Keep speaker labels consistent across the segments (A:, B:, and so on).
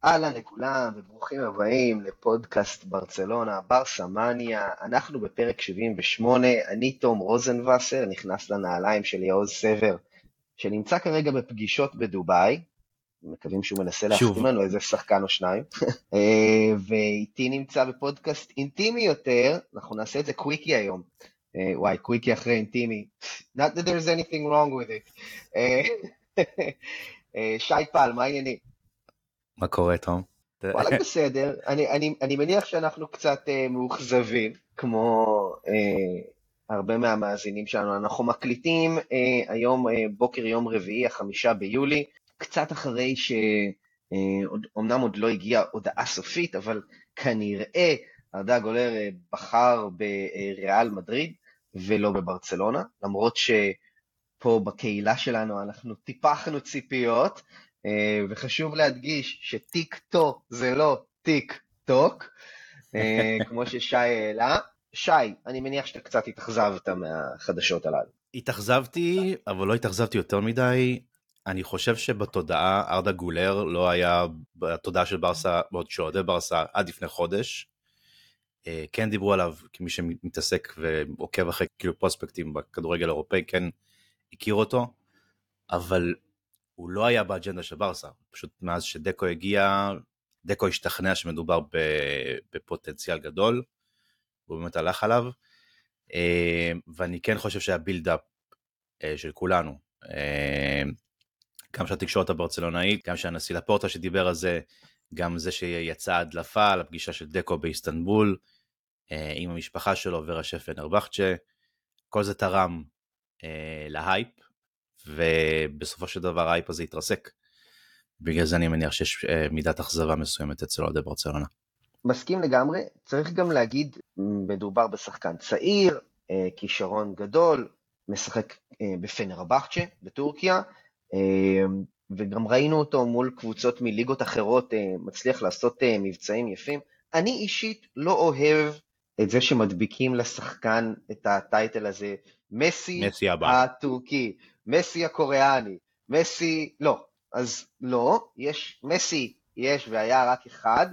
A: אהלן לכולם וברוכים הבאים לפודקאסט ברצלונה, ברסה מניה. אנחנו בפרק 78, אני תום רוזנווסר, נכנס לנעליים של יעוז סבר, שנמצא כרגע בפגישות בדובאי, מקווים שהוא מנסה להחתים לנו איזה שחקן או שניים, ואיתי נמצא בפודקאסט אינטימי יותר, אנחנו נעשה את זה קוויקי היום, וואי, קוויקי אחרי אינטימי, not that there's anything wrong with it. שי פל, מה העניינים?
B: מה קורה, תום?
A: וואלה, בסדר. אני מניח שאנחנו קצת מאוכזבים, כמו הרבה מהמאזינים שלנו. אנחנו מקליטים היום בוקר יום רביעי, 5 ביולי, קצת אחרי שאומנם עוד לא הגיעה הודעה סופית, אבל כנראה ארדה גולר בחר בריאל מדריד ולא בברצלונה, למרות שפה בקהילה שלנו אנחנו טיפחנו ציפיות, וחשוב להדגיש שטיק טוק זה לא טיק טוק, כמו ששי העלה. שי, אני מניח שאתה קצת התאכזבת מהחדשות הללו.
B: התאכזבתי, אבל לא התאכזבתי יותר מדי. אני חושב שבתודעה ארדה גולר לא היה בתודעה של ברסה, בעוד שאוהדי ברסה עד לפני חודש. כן דיברו עליו, כמי שמתעסק ועוקב אחרי כאילו פרוספקטים בכדורגל אירופאי, כן הכיר אותו, אבל הוא לא היה באג'נדה של ברסה. פשוט מאז שדקו הגיע, דקו השתכנע שמדובר בפוטנציאל גדול, הוא באמת הלך עליו, ואני כן חושב שהבילדאפ של כולנו, גם שהתקשורת הברצלונאית, גם שהנשיא לפורטה שדיבר על זה, גם זה שיצא הדלפה על הפגישה של דקו באיסטנבול, עם המשפחה שלו ורשף פנרבחצ'ה, כל זה תרם להייפ, ובסופו של דבר ההייפ הזה התרסק. בגלל זה אני מניח שיש מידת אכזבה מסוימת אצל אוהדי ברצלונה.
A: מסכים לגמרי, צריך גם להגיד, מדובר בשחקן צעיר, כישרון גדול, משחק בפנרבחצ'ה בטורקיה, וגם ראינו אותו מול קבוצות מליגות אחרות, מצליח לעשות מבצעים יפים. אני אישית לא אוהב את זה שמדביקים לשחקן את הטייטל הזה, מסי הטורקי, מסי הקוריאני, מסי, לא, אז לא, יש מסי, יש והיה רק אחד,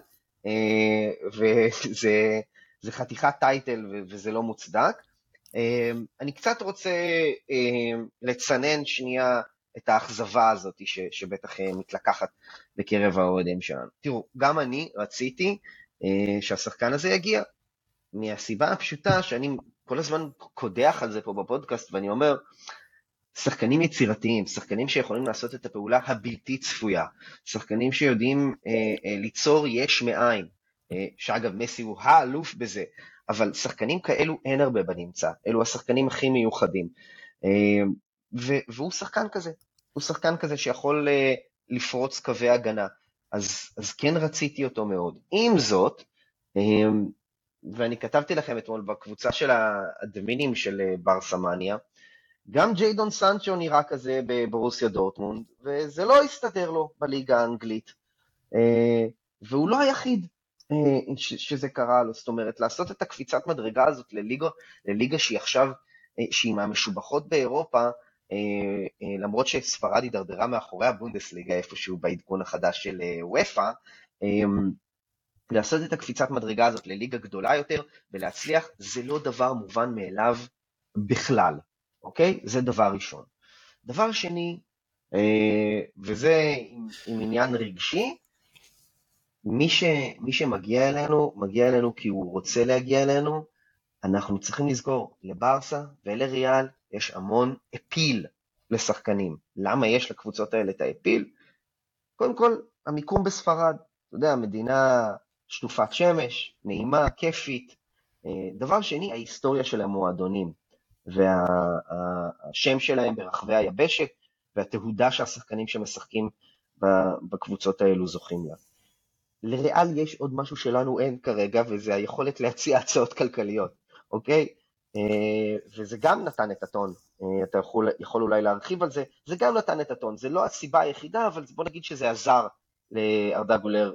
A: וזה חתיכת טייטל וזה לא מוצדק. אני קצת רוצה לצנן שנייה את האכזבה הזאת שבטח מתלקחת בקרב האוהדים שלנו. תראו, גם אני רציתי שהשחקן הזה יגיע, מהסיבה הפשוטה שאני כל הזמן קודח על זה פה בפודקאסט, ואני אומר, שחקנים יצירתיים, שחקנים שיכולים לעשות את הפעולה הבלתי צפויה, שחקנים שיודעים ליצור יש מאין, שאגב מסי הוא האלוף בזה, אבל שחקנים כאלו אין הרבה בנמצא, אלו השחקנים הכי מיוחדים, והוא שחקן כזה, הוא שחקן כזה שיכול לפרוץ קווי הגנה, אז כן רציתי אותו מאוד. עם זאת, ואני כתבתי לכם אתמול בקבוצה של האדמינים של ברסה מניה, גם ג'יידון סנצ'ו נראה כזה בברוסיה דורטמונד, וזה לא הסתדר לו בליגה האנגלית, והוא לא היחיד שזה קרה לו, זאת אומרת, לעשות את הקפיצת מדרגה הזאת לליגה שהיא עכשיו, שהיא מהמשובחות באירופה, למרות שספרד הידרדרה מאחורי הבונדסליגה איפשהו בעדכון החדש של וויפה, לעשות את הקפיצת מדרגה הזאת לליגה גדולה יותר, ולהצליח, זה לא דבר מובן מאליו בכלל. אוקיי? זה דבר ראשון. דבר שני, וזה עם עניין רגשי, מי שמגיע אלינו, מגיע אלינו כי הוא רוצה להגיע אלינו, אנחנו צריכים לזכור, לברסה ולריאל יש המון אפיל לשחקנים. למה יש לקבוצות האלה את האפיל? קודם כל, המיקום בספרד, אתה יודע, מדינה שטופת שמש, נעימה, כיפית. דבר שני, ההיסטוריה של המועדונים. והשם שלהם ברחבי היבשת, והתהודה שהשחקנים שמשחקים בקבוצות האלו זוכים לה. לריאל יש עוד משהו שלנו אין כרגע, וזה היכולת להציע הצעות כלכליות, אוקיי? וזה גם נתן את הטון, אתה יכול אולי להרחיב על זה, זה גם נתן את הטון, זה לא הסיבה היחידה, אבל בוא נגיד שזה עזר לארדה גולר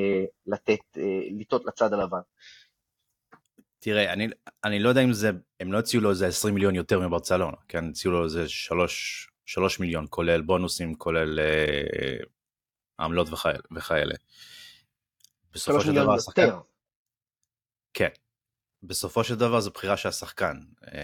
A: לטות לצד הלבן.
B: תראה, אני לא יודע אם זה, הם לא הציעו לו איזה 20 מיליון יותר מברצלונה, כן, הציעו לו איזה 3 מיליון, כולל בונוסים, כולל העמלות וכאלה.
A: 3
B: בסופו של
A: מיליון
B: דבר השחקן,
A: יותר.
B: כן, בסופו של דבר זו בחירה של השחקן.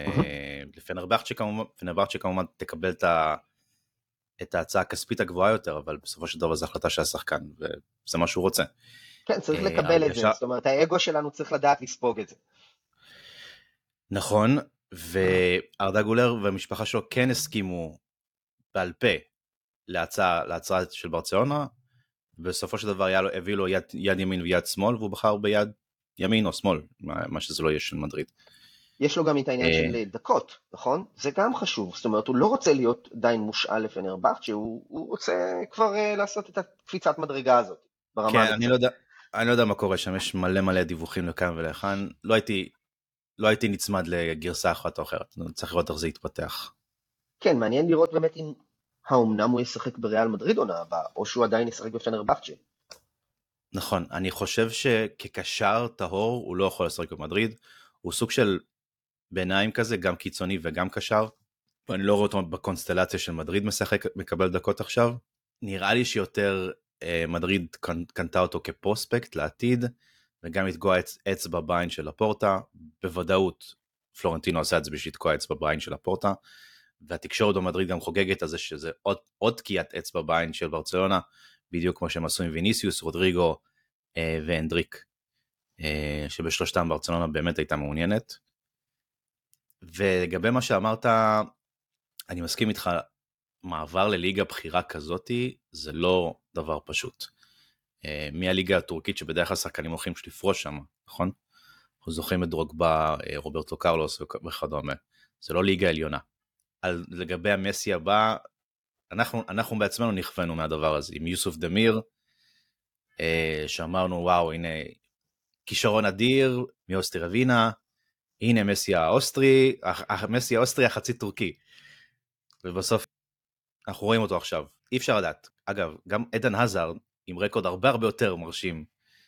B: פנרבחצ'ה כמובן תקבל את ההצעה הכספית הגבוהה יותר, אבל בסופו של דבר זו החלטה של השחקן, וזה מה שהוא רוצה.
A: כן, צריך לקבל את זה, זאת אומרת, האגו שלנו צריך לדעת לספוג את זה.
B: נכון, וארדה גולר והמשפחה שלו כן הסכימו בעל פה להצעה של ברצלונה, ובסופו של דבר הביא לו יד ימין ויד שמאל, והוא בחר ביד ימין או שמאל, מה שזה לא יהיה של מדריד.
A: יש לו גם את העניין של דקות, נכון? זה גם חשוב, זאת אומרת, הוא לא רוצה להיות עדיין מושאל לפנרבחצ'ה, הוא רוצה כבר לעשות את הקפיצת מדרגה הזאת.
B: כן, אני לא יודע מה קורה שם, יש מלא דיווחים לכאן ולכאן, לא הייתי נצמד לגרסה אחת או אחרת, צריך לראות איך זה יתפתח.
A: כן, מעניין לראות באמת אם האומנם הוא ישחק בריאל מדריד עונה הבאה, או שהוא עדיין ישחק בפנרבחצ'ה.
B: נכון, אני חושב שכקשר טהור הוא לא יכול לשחק במדריד, הוא סוג של ביניים כזה, גם קיצוני וגם קשר, ואני לא רואה אותו בקונסטלציה של מדריד מקבל דקות עכשיו, נראה לי שיותר מדריד קנתה אותו כפרוספקט לעתיד, וגם יתקוע אצבע בעין של הפורטה, בוודאות פלורנטינו עשה את זה בשביל לתקוע אצבע בעין של הפורטה, והתקשורת במדריד גם חוגגת על זה שזה עוד תקיעת אצבע בעין של ברצלונה, בדיוק כמו שהם עשו עם ויניסיוס, רודריגו ואנדריק, שבשלושתם ברצלונה באמת הייתה מעוניינת. ולגבי מה שאמרת, אני מסכים איתך, מעבר לליגה בחירה כזאתי, זה לא דבר פשוט. מהליגה הטורקית שבדרך כלל שחקנים הולכים לפרוש שם, נכון? אנחנו זוכרים את דרוגבה, רוברטו קרלוס וכדומה. זה לא ליגה עליונה. לגבי המסי הבא, אנחנו בעצמנו נכוונו מהדבר הזה, עם יוסוף דמיר, שאמרנו, וואו, הנה, כישרון אדיר, מאוסטרי רבינה, הנה מסי האוסטרי, המסי האוסטרי החצי טורקי. ובסוף, אנחנו רואים אותו עכשיו. אי אפשר לדעת. אגב, גם עדן הזארד, עם רקורד הרבה יותר מרשים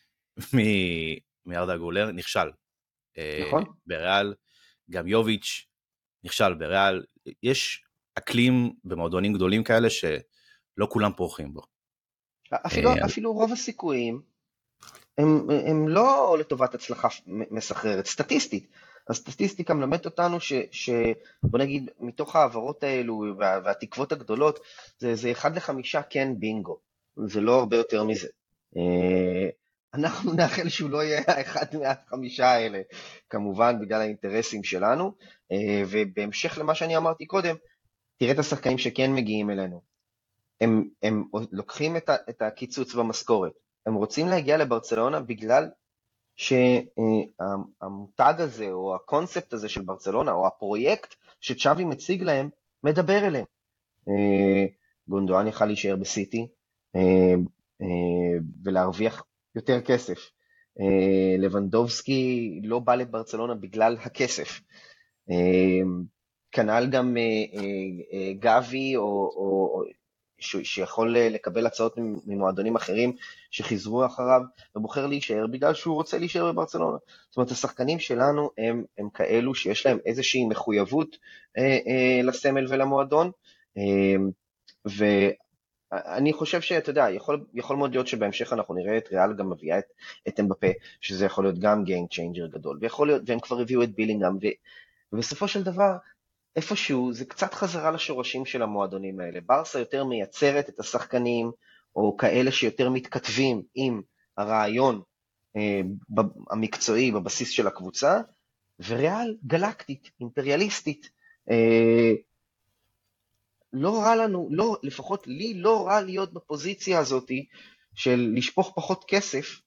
B: מארדה גולר, נכשל.
A: נכון.
B: בריאל, גם יוביץ' נכשל בריאל. יש אקלים במועדונים גדולים כאלה שלא כולם פורחים בו.
A: אפילו רוב הסיכויים הם לא לטובת הצלחה מסחררת, סטטיסטית. הסטטיסטיקה מלמדת אותנו בוא נגיד, מתוך העברות האלו והתקוות הגדולות, זה 1-5 כן בינגו. זה לא הרבה יותר מזה. אנחנו נאחל שהוא לא יהיה אחד מה5 האלה, כמובן בגלל האינטרסים שלנו, ובהמשך למה שאני אמרתי קודם, תראה את השחקנים שכן מגיעים אלינו. הם לוקחים את הקיצוץ במשכורת. הם רוצים להגיע לברצלונה בגלל שהמותג הזה, או הקונספט הזה של ברצלונה, או הפרויקט שצ'אבי מציג להם, מדבר אליהם. גונדואן יכל להישאר בסיטי, ולהרוויח יותר כסף. לבנדובסקי לא בא לברצלונה בגלל הכסף. כנ"ל גם גבי, או שיכול לקבל הצעות ממועדונים אחרים שחיזרו אחריו, ובוחר להישאר בגלל שהוא רוצה להישאר בברצלונה. זאת אומרת, השחקנים שלנו הם כאלו שיש להם איזושהי מחויבות לסמל ולמועדון, ואני חושב שאתה יודע, יכול מאוד להיות שבהמשך אנחנו נראה את ריאל גם מביאה את אמבפה, שזה יכול להיות גם game changer גדול, והם כבר הביאו את בילינגהאם, ובסופו של דבר, איפשהו זה קצת חזרה לשורשים של המועדונים האלה. ברסה יותר מייצרת את השחקנים, או כאלה שיותר מתכתבים עם הרעיון המקצועי בבסיס של הקבוצה, וריאל גלקטית, אימפריאליסטית. לא רע לנו, לפחות לי לא רע להיות בפוזיציה הזאת של לשפוך פחות כסף,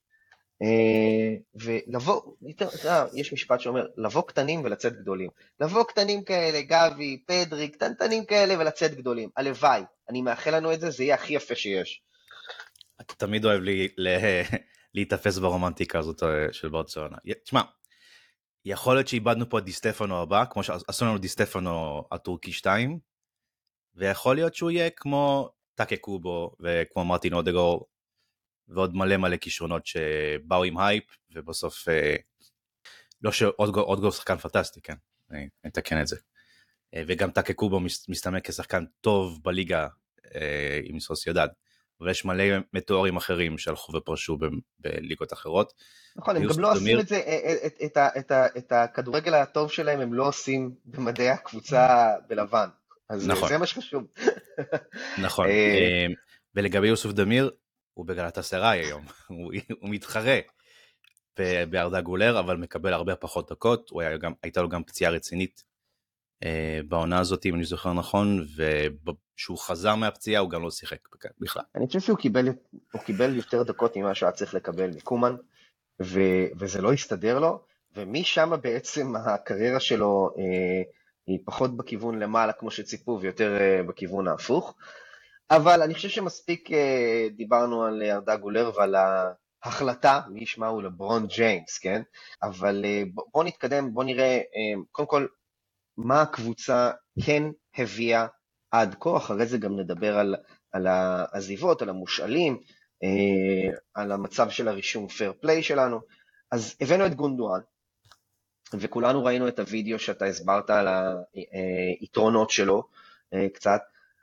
A: ולבוא, יש משפט שאומר, לבוא קטנים ולצאת גדולים. לבוא קטנים כאלה, גבי, פדרי, קטנטנים כאלה ולצאת גדולים. הלוואי, אני מאחל לנו את זה, זה יהיה הכי יפה שיש.
B: אתה תמיד אוהב להתאפס ברומנטיקה הזאת של ברצלונה. תשמע, יכול להיות שאיבדנו פה את דיסטפנו הבא, כמו שעשו לנו דיסטפנו הטורקי 2, ויכול להיות שהוא יהיה כמו טאקה קובו, וכמו מרטין אודגור, ועוד מלא כישרונות שבאו עם הייפ, ובסוף, לא שאודגור שחקן פנטסטי, כן, אני אתקן את זה. וגם טאקה קובו מסתמק כשחקן טוב בליגה עם סוסיודד, אבל יש מלא מטאורים אחרים שהלכו ופרשו בליגות אחרות.
A: נכון, הם גם לא עושים את זה, את הכדורגל הטוב שלהם הם לא עושים במדעי הקבוצה בלבן, אז
B: נכון.
A: זה מה שחשוב.
B: נכון, ולגבי יוסוף דמיר, הוא בגלאטסראי היום, הוא מתחרה בארדה גולר, אבל מקבל הרבה פחות דקות, הייתה לו גם פציעה רצינית בעונה הזאת, אם אני זוכר נכון, וכשהוא חזר מהפציעה, הוא גם לא שיחק בכלל.
A: אני חושב שהוא קיבל יותר דקות ממה שהיה צריך לקבל מקומן, וזה לא הסתדר לו, ומשם בעצם הקריירה שלו היא פחות בכיוון למעלה כמו שציפו, ויותר בכיוון ההפוך. אבל אני חושב שמספיק דיברנו על ארדה גולר ועל ההחלטה, מי ישמע הוא לברון ג'יימס, כן? אבל בואו נתקדם, בואו נראה, קודם כל, מה הקבוצה כן הביאה עד כה, אחרי זה גם נדבר על העזיבות, על המושאלים, על המצב של הרישום פייר פליי שלנו. אז הבאנו את גונדואן, וכולנו ראינו את הוידאו שאתה הסברת על היתרונות שלו קצת.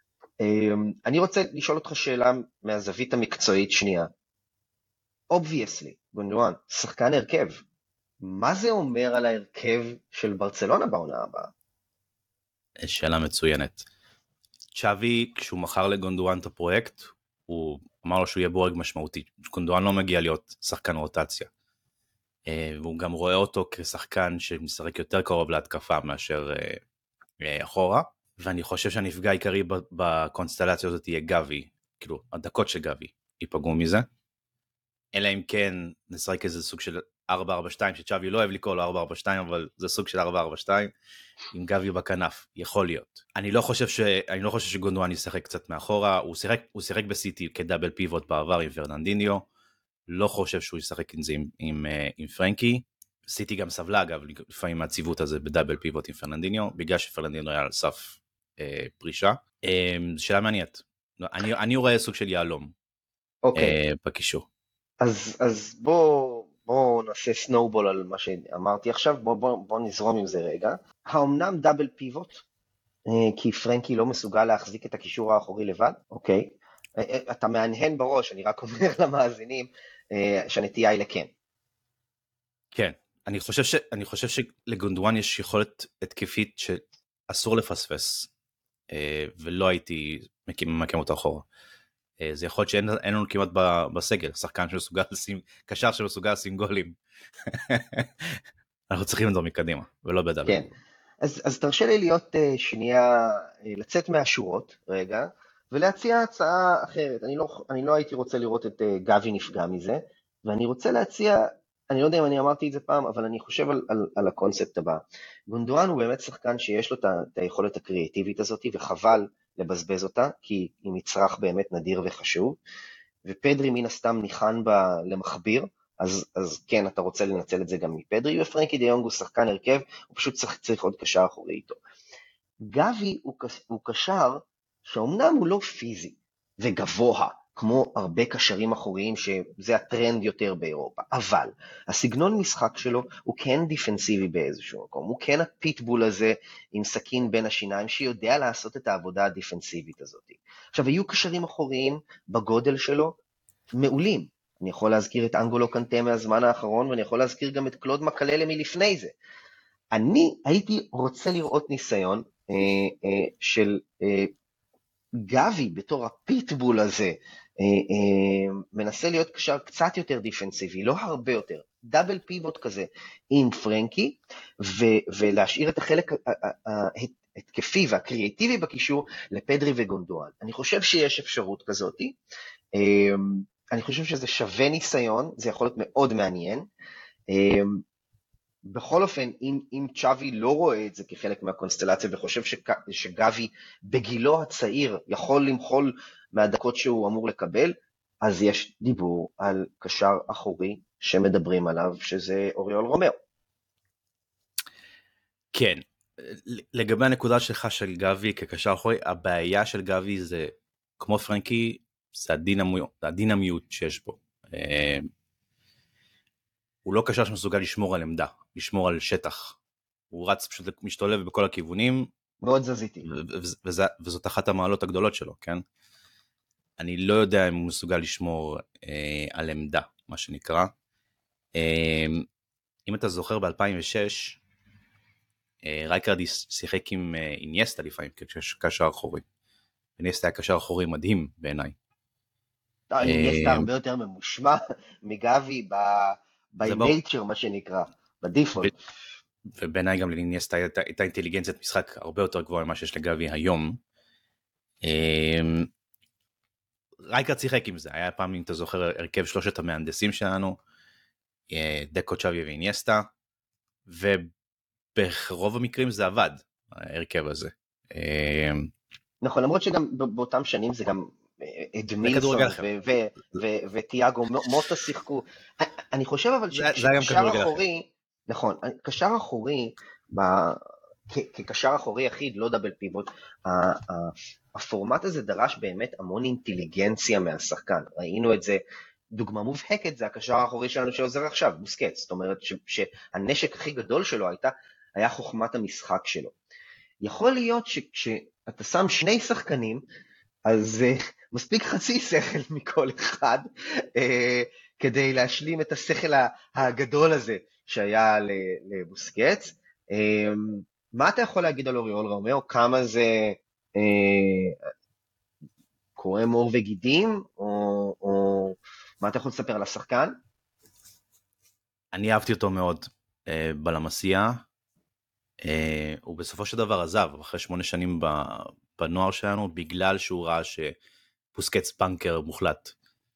A: אני רוצה לשאול אותך שאלה מהזווית המקצועית שנייה. Obviously, גונדואן, שחקן הרכב. מה זה אומר על ההרכב של ברצלונה בעונה הבאה?
B: שאלה מצוינת. צ'אבי, כשהוא מכר לגונדואן את הפרויקט, הוא אמר לו שהוא יהיה בורג משמעותי. גונדואן לא מגיע להיות שחקן רוטציה. והוא גם רואה אותו כשחקן שמשחק יותר קרוב להתקפה מאשר אחורה. ואני חושב שהנפגע העיקרי בקונסטלציה הזאת יהיה גבי. כאילו, הדקות של גבי ייפגעו מזה. אלא אם כן נשחק איזה סוג של 4-4-2, שצ'אבי לא אוהב לקרוא לו 4-4-2, אבל זה סוג של 4-4-2, עם גבי בכנף, יכול להיות. אני לא חושב שגונדואן ישחק קצת מאחורה, הוא שיחק בסיטי כדאבל פיבוט בעבר עם פרננדיניו, לא חושב שהוא ישחק עם זה עם פרנקי, סיטי גם סבלה אגב, לפעמים מהציוות הזה בדאבל פיבוט עם פרננדיניו, בגלל שפרננדיניו היה על סף פרישה. שאלה מעניינת, אני רואה סוג של יעלום בקישור.
A: אז בואו נעשה סנובול על מה שאמרתי עכשיו, בואו נזרום עם זה רגע. האמנם דאבל פיבוט, כי פרנקי לא מסוגל להחזיק את הקישור האחורי לבד, אוקיי? אתה מענהן בראש, אני רק אומר למאזינים שהנטייה היא לכן.
B: כן, אני חושב שלגונדואן יש יכולת התקפית שאסור לפספס, ולא הייתי ממקם אותה אחורה. זה יכול להיות שאין לנו כמעט בסגל, שחקן שמסוגל לשים, קשר שמסוגל לשים גולים. אנחנו צריכים לדור מקדימה, ולא בדבר.
A: כן, אז תרשה לי להיות שנייה, לצאת מהשורות רגע, ולהציע הצעה אחרת. אני לא הייתי רוצה לראות את גבי נפגע מזה, ואני רוצה להציע, אני לא יודע אם אני אמרתי את זה פעם, אבל אני חושב על הקונספט הבא. גונדואן הוא באמת שחקן שיש לו את היכולת הקריאטיבית הזאת, וחבל לבזבז אותה, כי היא מצרך באמת נדיר וחשוב, ופדרי מן הסתם ניחן בה למחביר, אז כן, אתה רוצה לנצל את זה גם מפדרי, ופרנקי דיונג הוא שחקן הרכב, הוא פשוט צריך עוד קשר אחורי איתו. גבי הוא קשר שאומנם הוא לא פיזי וגבוה, כמו הרבה קשרים אחוריים שזה הטרנד יותר באירופה, אבל הסגנון משחק שלו הוא כן דיפנסיבי באיזשהו מקום, הוא כן הפיטבול הזה עם סכין בין השיניים שיודע לעשות את העבודה הדיפנסיבית הזאת. עכשיו, היו קשרים אחוריים בגודל שלו מעולים, אני יכול להזכיר את אנגולו קנטה מהזמן האחרון, ואני יכול להזכיר גם את קלוד מקללה מלפני זה. אני הייתי רוצה לראות ניסיון של גבי בתור הפיטבול הזה, מנסה להיות קשר קצת יותר דיפנסיבי, לא הרבה יותר, דאבל פיבוט כזה עם פרנקי, ולהשאיר את החלק ההתקפי והקריאטיבי בקישור לפדרי וגונדואן. אני חושב שיש אפשרות כזאת, אני חושב שזה שווה ניסיון, זה יכול להיות מאוד מעניין. בכל אופן, אם צ'אבי לא רואה את זה כחלק מהקונסטלציה, וחושב שגבי בגילו הצעיר יכול למחול מהדקות שהוא אמור לקבל, אז יש דיבור על קשר אחורי שמדברים עליו, שזה אוריול רומאו.
B: כן, לגבי הנקודה שלך של גבי כקשר אחורי, הבעיה של גבי זה, כמו פרנקי, זה הדינמיות שיש בו. הוא לא קשר שמסוגל לשמור על עמדה, לשמור על שטח. הוא רץ פשוט משתולב בכל הכיוונים.
A: מאוד זזיתי.
B: וזאת אחת המעלות הגדולות שלו, כן? אני לא יודע אם הוא מסוגל לשמור על עמדה, מה שנקרא. אם אתה זוכר ב-2006, רייקרד שיחק עם אינייסטה לפעמים כקשר אחורי. אינייסטה היה קשר אחורי מדהים בעיניי.
A: אינייסטה הרבה יותר ממושמע מגבי ב-nature, מה שנקרא, בדיפולט.
B: ובעיניי גם לאינייסטה הייתה אינטליגנציית משחק הרבה יותר גבוהה ממה שיש לגבי היום. רייקרד שיחק עם זה, היה פעם, אם אתה זוכר, הרכב שלושת המהנדסים שלנו, דקו, צ'אבי ואינייסטה, וברוב המקרים זה עבד, ההרכב הזה.
A: נכון, למרות שגם באותם שנים זה גם אדמילסון וטיאגו מוטה שיחקו. אני חושב אבל שקשר אחורי, נכון, קשר אחורי, כקשר אחורי יחיד, לא דאבל פיבוט, הפורמט הזה דרש באמת המון אינטליגנציה מהשחקן. ראינו את זה, דוגמה מובהקת, זה הקשר האחורי שלנו שעוזר עכשיו, בוסקץ. זאת אומרת שהנשק הכי גדול שלו היה חוכמת המשחק שלו. יכול להיות שכשאתה שם שני שחקנים, אז מספיק חצי שכל מכל אחד, כדי להשלים את השכל הגדול הזה שהיה לבוסקץ. מה אתה יכול להגיד על אוריול רומאו? כמה זה קורא מור וגידים? או מה אתה יכול לספר על השחקן?
B: אני אהבתי אותו מאוד בלמסייה. הוא בסופו של דבר עזב אחרי 8 שנים בנוער שלנו, בגלל שהוא ראה שבוסקץ בנקר מוחלט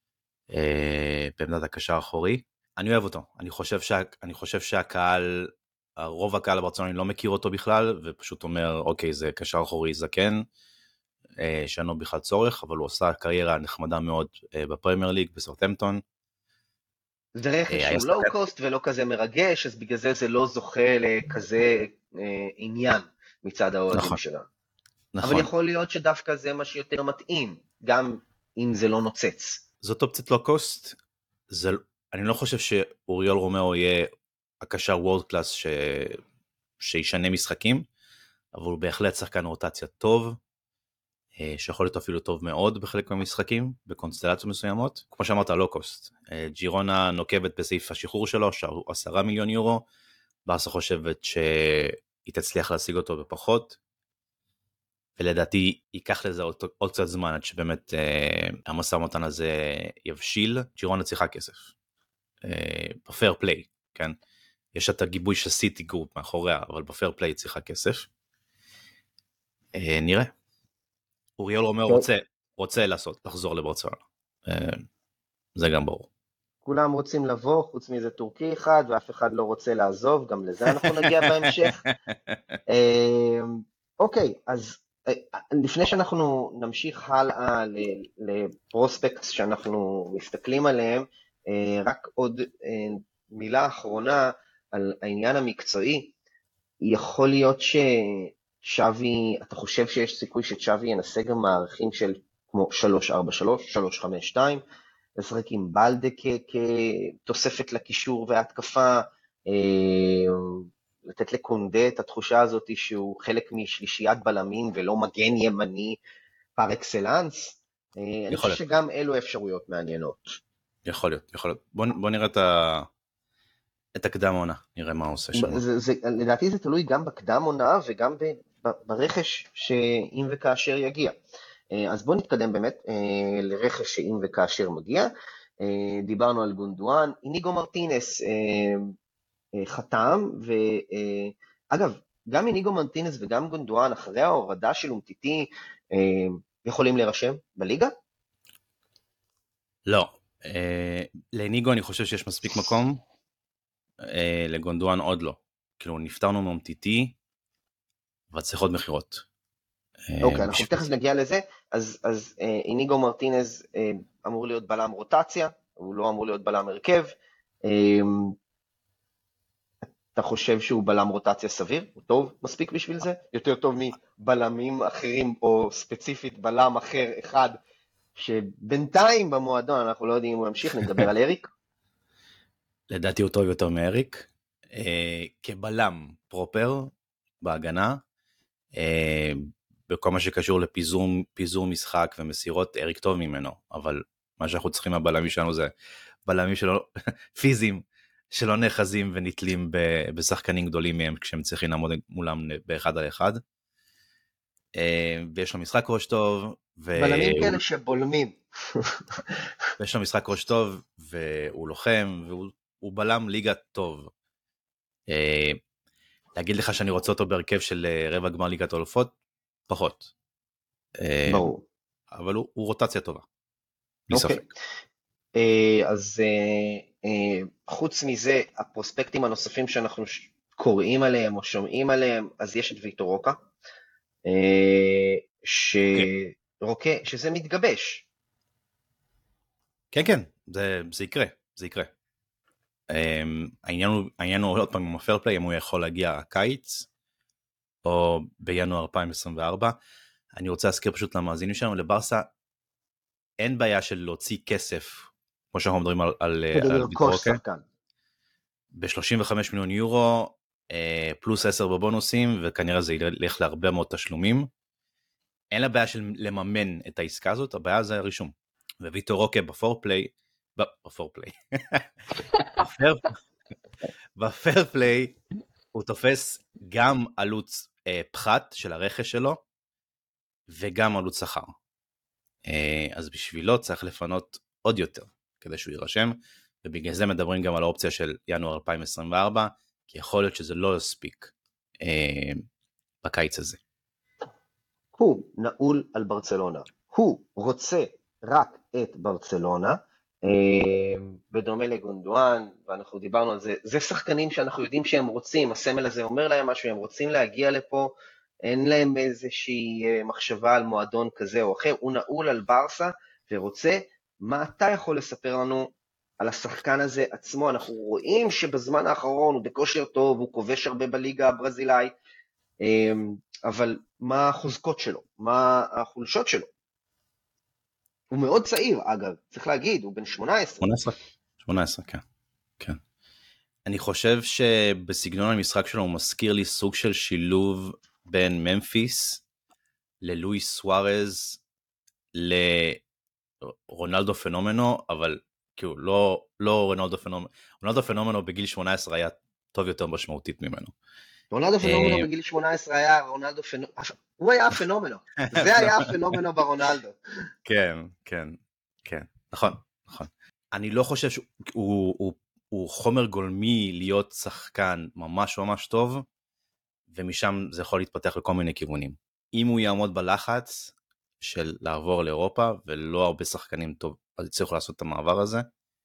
B: בעמדת הקשר האחורי. אני אוהב אותו. אני חושב שהקהל, רוב הקהל הברצלוני לא מכיר אותו בכלל, ופשוט אומר, אוקיי, זה קשר אחורי זקן, שאין לו בכלל צורך, אבל הוא עושה קריירה נחמדה מאוד בפרמייר ליג, בסאות'המפטון.
A: זה רכש שהוא לואו קוסט ולא כזה מרגש, אז בגלל זה לא זוכה לכזה עניין מצד האוהדים שלנו. אבל יכול להיות שדווקא זה מה שיותר מתאים, גם אם זה לא נוצץ.
B: זאת אופציית לואו קוסט. אני לא חושב שאוריול רומאו יהיה הקשר וורד קלאס שישנה משחקים, אבל הוא בהחלט שחקן רוטציה טוב, שיכול להיות אפילו טוב מאוד בחלק מהמשחקים, בקונסטלציות מסוימות. כמו שאמרת, לואו קוסט. ג'ירונה נוקבת בסעיף השחרור שלו, 10 מיליון יורו, ברסה חושבת שהיא תצליח להשיג אותו בפחות, ולדעתי ייקח לזה עוד קצת זמן, עד שבאמת המשא ומתן הזה יבשיל. ג'ירונה צריכה כסף. בפייר פליי, כן? יש את הגיבוי של סיטי גרופ מאחוריה, אבל בפייר פליי צריכה כסף. נראה. אוריול רומאו רוצה לחזור לברצלונה. זה גם ברור.
A: כולם רוצים לבוא, חוץ מזה טורקי אחד, ואף אחד לא רוצה לעזוב, גם לזה אנחנו נגיע בהמשך. אוקיי, אז לפני שאנחנו נמשיך הלאה לפרוספקטס שאנחנו מסתכלים עליהם, רק עוד מילה אחרונה על העניין המקצועי. יכול להיות שצ'אבי, אתה חושב שיש סיכוי שצ'אבי ינסה גם מערכים של כמו 3-4-3, 3-5-2, לשחק עם בלדה כתוספת לקישור וההתקפה, לתת לקונדה את התחושה הזאת שהוא חלק משלישיית בלמים ולא מגן ימני פר אקסלנס. אני חושב שגם אלו אפשרויות מעניינות.
B: יכול להיות. בוא נראה את הקדם עונה, נראה מה הוא עושה שם.
A: לדעתי זה תלוי גם בקדם עונה וגם ברכש שאם וכאשר יגיע. אז בוא נתקדם באמת לרכש שאם וכאשר מגיע. דיברנו על גונדואן, איניגו מרטינס חתם, ואגב, גם איניגו מרטינס וגם גונדואן, אחרי ההורדה של אומטיטי, יכולים להירשם בליגה?
B: לא. לאיניגו אני חושב שיש מספיק מקום, לגונדואן עוד לא. כאילו נפטרנו מאומטיטי, וצריך עוד מחירות.
A: אוקיי, אנחנו תכף נגיע לזה. אז איניגו מרטינז אמור להיות בלם רוטציה, הוא לא אמור להיות בלם הרכב. אתה חושב שהוא בלם רוטציה סביר? הוא טוב מספיק בשביל זה? יותר טוב מבלמים אחרים, או ספציפית בלם אחר אחד, שבינתיים במועדון אנחנו לא יודעים אם הוא ימשיך. נדבר על אריק.
B: לדעתי הוא טוב יותר מאריק. כבלם פרופר בהגנה, בכל מה שקשור לפיזור משחק ומסירות, אריק טוב ממנו, אבל מה שאנחנו צריכים מהבלמים שלנו זה בלמים שלו פיזיים, שלא נאחזים ונתלים בשחקנים גדולים מהם כשהם צריכים לעמוד מולם באחד על אחד. ויש לו משחק ראש טוב.
A: בלמים כאלה שבולמים.
B: ויש לו משחק ראש טוב, והוא לוחם, והוא בלם ליגה טוב. להגיד לך שאני רוצה אותו בהרכב של רבע גמר ליגת האלופות? פחות.
A: ברור.
B: אבל הוא רוטציה טובה. בלי ספק.
A: אז חוץ מזה, הפרוספקטים הנוספים שאנחנו קוראים עליהם או שומעים עליהם, אז יש את ויטור רוקה, שזה מתגבש.
B: כן, זה יקרה, זה יקרה. העניין הוא עוד פעם עם הפרפליי, אם הוא יכול להגיע הקיץ, או בינואר 2024. אני רוצה להזכיר פשוט למאזינים שלנו, לברסה אין בעיה של להוציא כסף, כמו שאנחנו מדברים על
A: לרכוש שחקן.
B: ב-35 מיליון יורו, פלוס 10 בבונוסים, וכנראה זה ילך להרבה מאוד תשלומים. אין לה בעיה של לממן את העסקה הזאת, הבעיה זה הרישום. וויטור רוקה בפרפליי, הוא תופס גם עלות פחת של הרכש שלו, וגם עלות שכר. אז בשבילו צריך לפנות עוד יותר, כדי שהוא יירשם, ובגלל זה מדברים גם על האופציה של ינואר 2024, כי יכול להיות שזה לא יספיק בקיץ הזה.
A: הוא נעול על ברצלונה, הוא רוצה רק את ברצלונה, בדומה לגונדואן, ואנחנו דיברנו על זה, זה שחקנים שאנחנו יודעים שהם רוצים, הסמל הזה אומר להם משהו, הם רוצים להגיע לפה, אין להם איזושהי מחשבה על מועדון כזה או אחר, הוא נעול על ברסה ורוצה. מה אתה יכול לספר לנו על השחקן הזה עצמו? אנחנו רואים שבזמן האחרון הוא בכושר טוב, הוא כובש הרבה בליגה הברזילאית, אבל מה החוזקות שלו? מה החולשות שלו? הוא מאוד צעיר, אגב, צריך להגיד, הוא בן 18.
B: 18, כן. אני חושב שבסגנון המשחק שלו הוא מזכיר לי סוג של שילוב בין ממפיס ללואיס סוארז לרונלדו פנומנו, אבל כאילו לא רונלדו פנומנו בגיל 18 היה טוב יותר משמעותית ממנו.
A: רונלדו פנומנו בגיל 18 היה רונלדו פנומנו, הוא היה הפנומנו, זה היה הפנומנו ברונלדו.
B: כן, נכון. אני לא חושב שהוא חומר גולמי להיות שחקן ממש ממש טוב, ומשם זה יכול להתפתח לכל מיני כיוונים. אם הוא יעמוד בלחץ של לעבור לאירופה, ולא הרבה שחקנים טוב, אז צריך לעשות את המעבר הזה.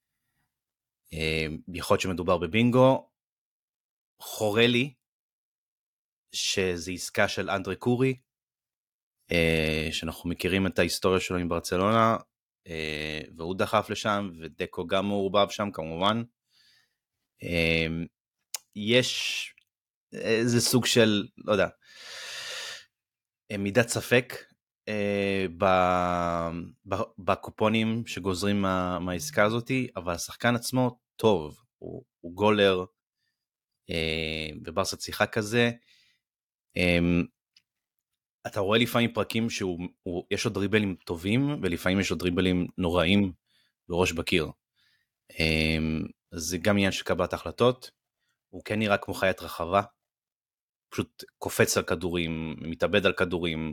B: יכול להיות שמדובר בבינגו, חורה לי, שזה עסקה של אנדרי קורי, שאנחנו מכירים את ההיסטוריה שלו עם ברצלונה, והוא דחף לשם, ודקו גם מעורבב שם כמובן. יש איזה סוג של, לא יודע, מידת ספק בקופונים שגוזרים מהעסקה הזאת, אבל השחקן עצמו טוב, הוא גולר, וברסה צריכה כזה. אתה רואה לפעמים פרקים שיש לו דריבלים טובים, ולפעמים יש לו דריבלים נוראים בראש בקיר. זה גם עניין של קבלת החלטות. הוא כן נראה כמו חיית רחבה, פשוט קופץ על כדורים, מתאבד על כדורים,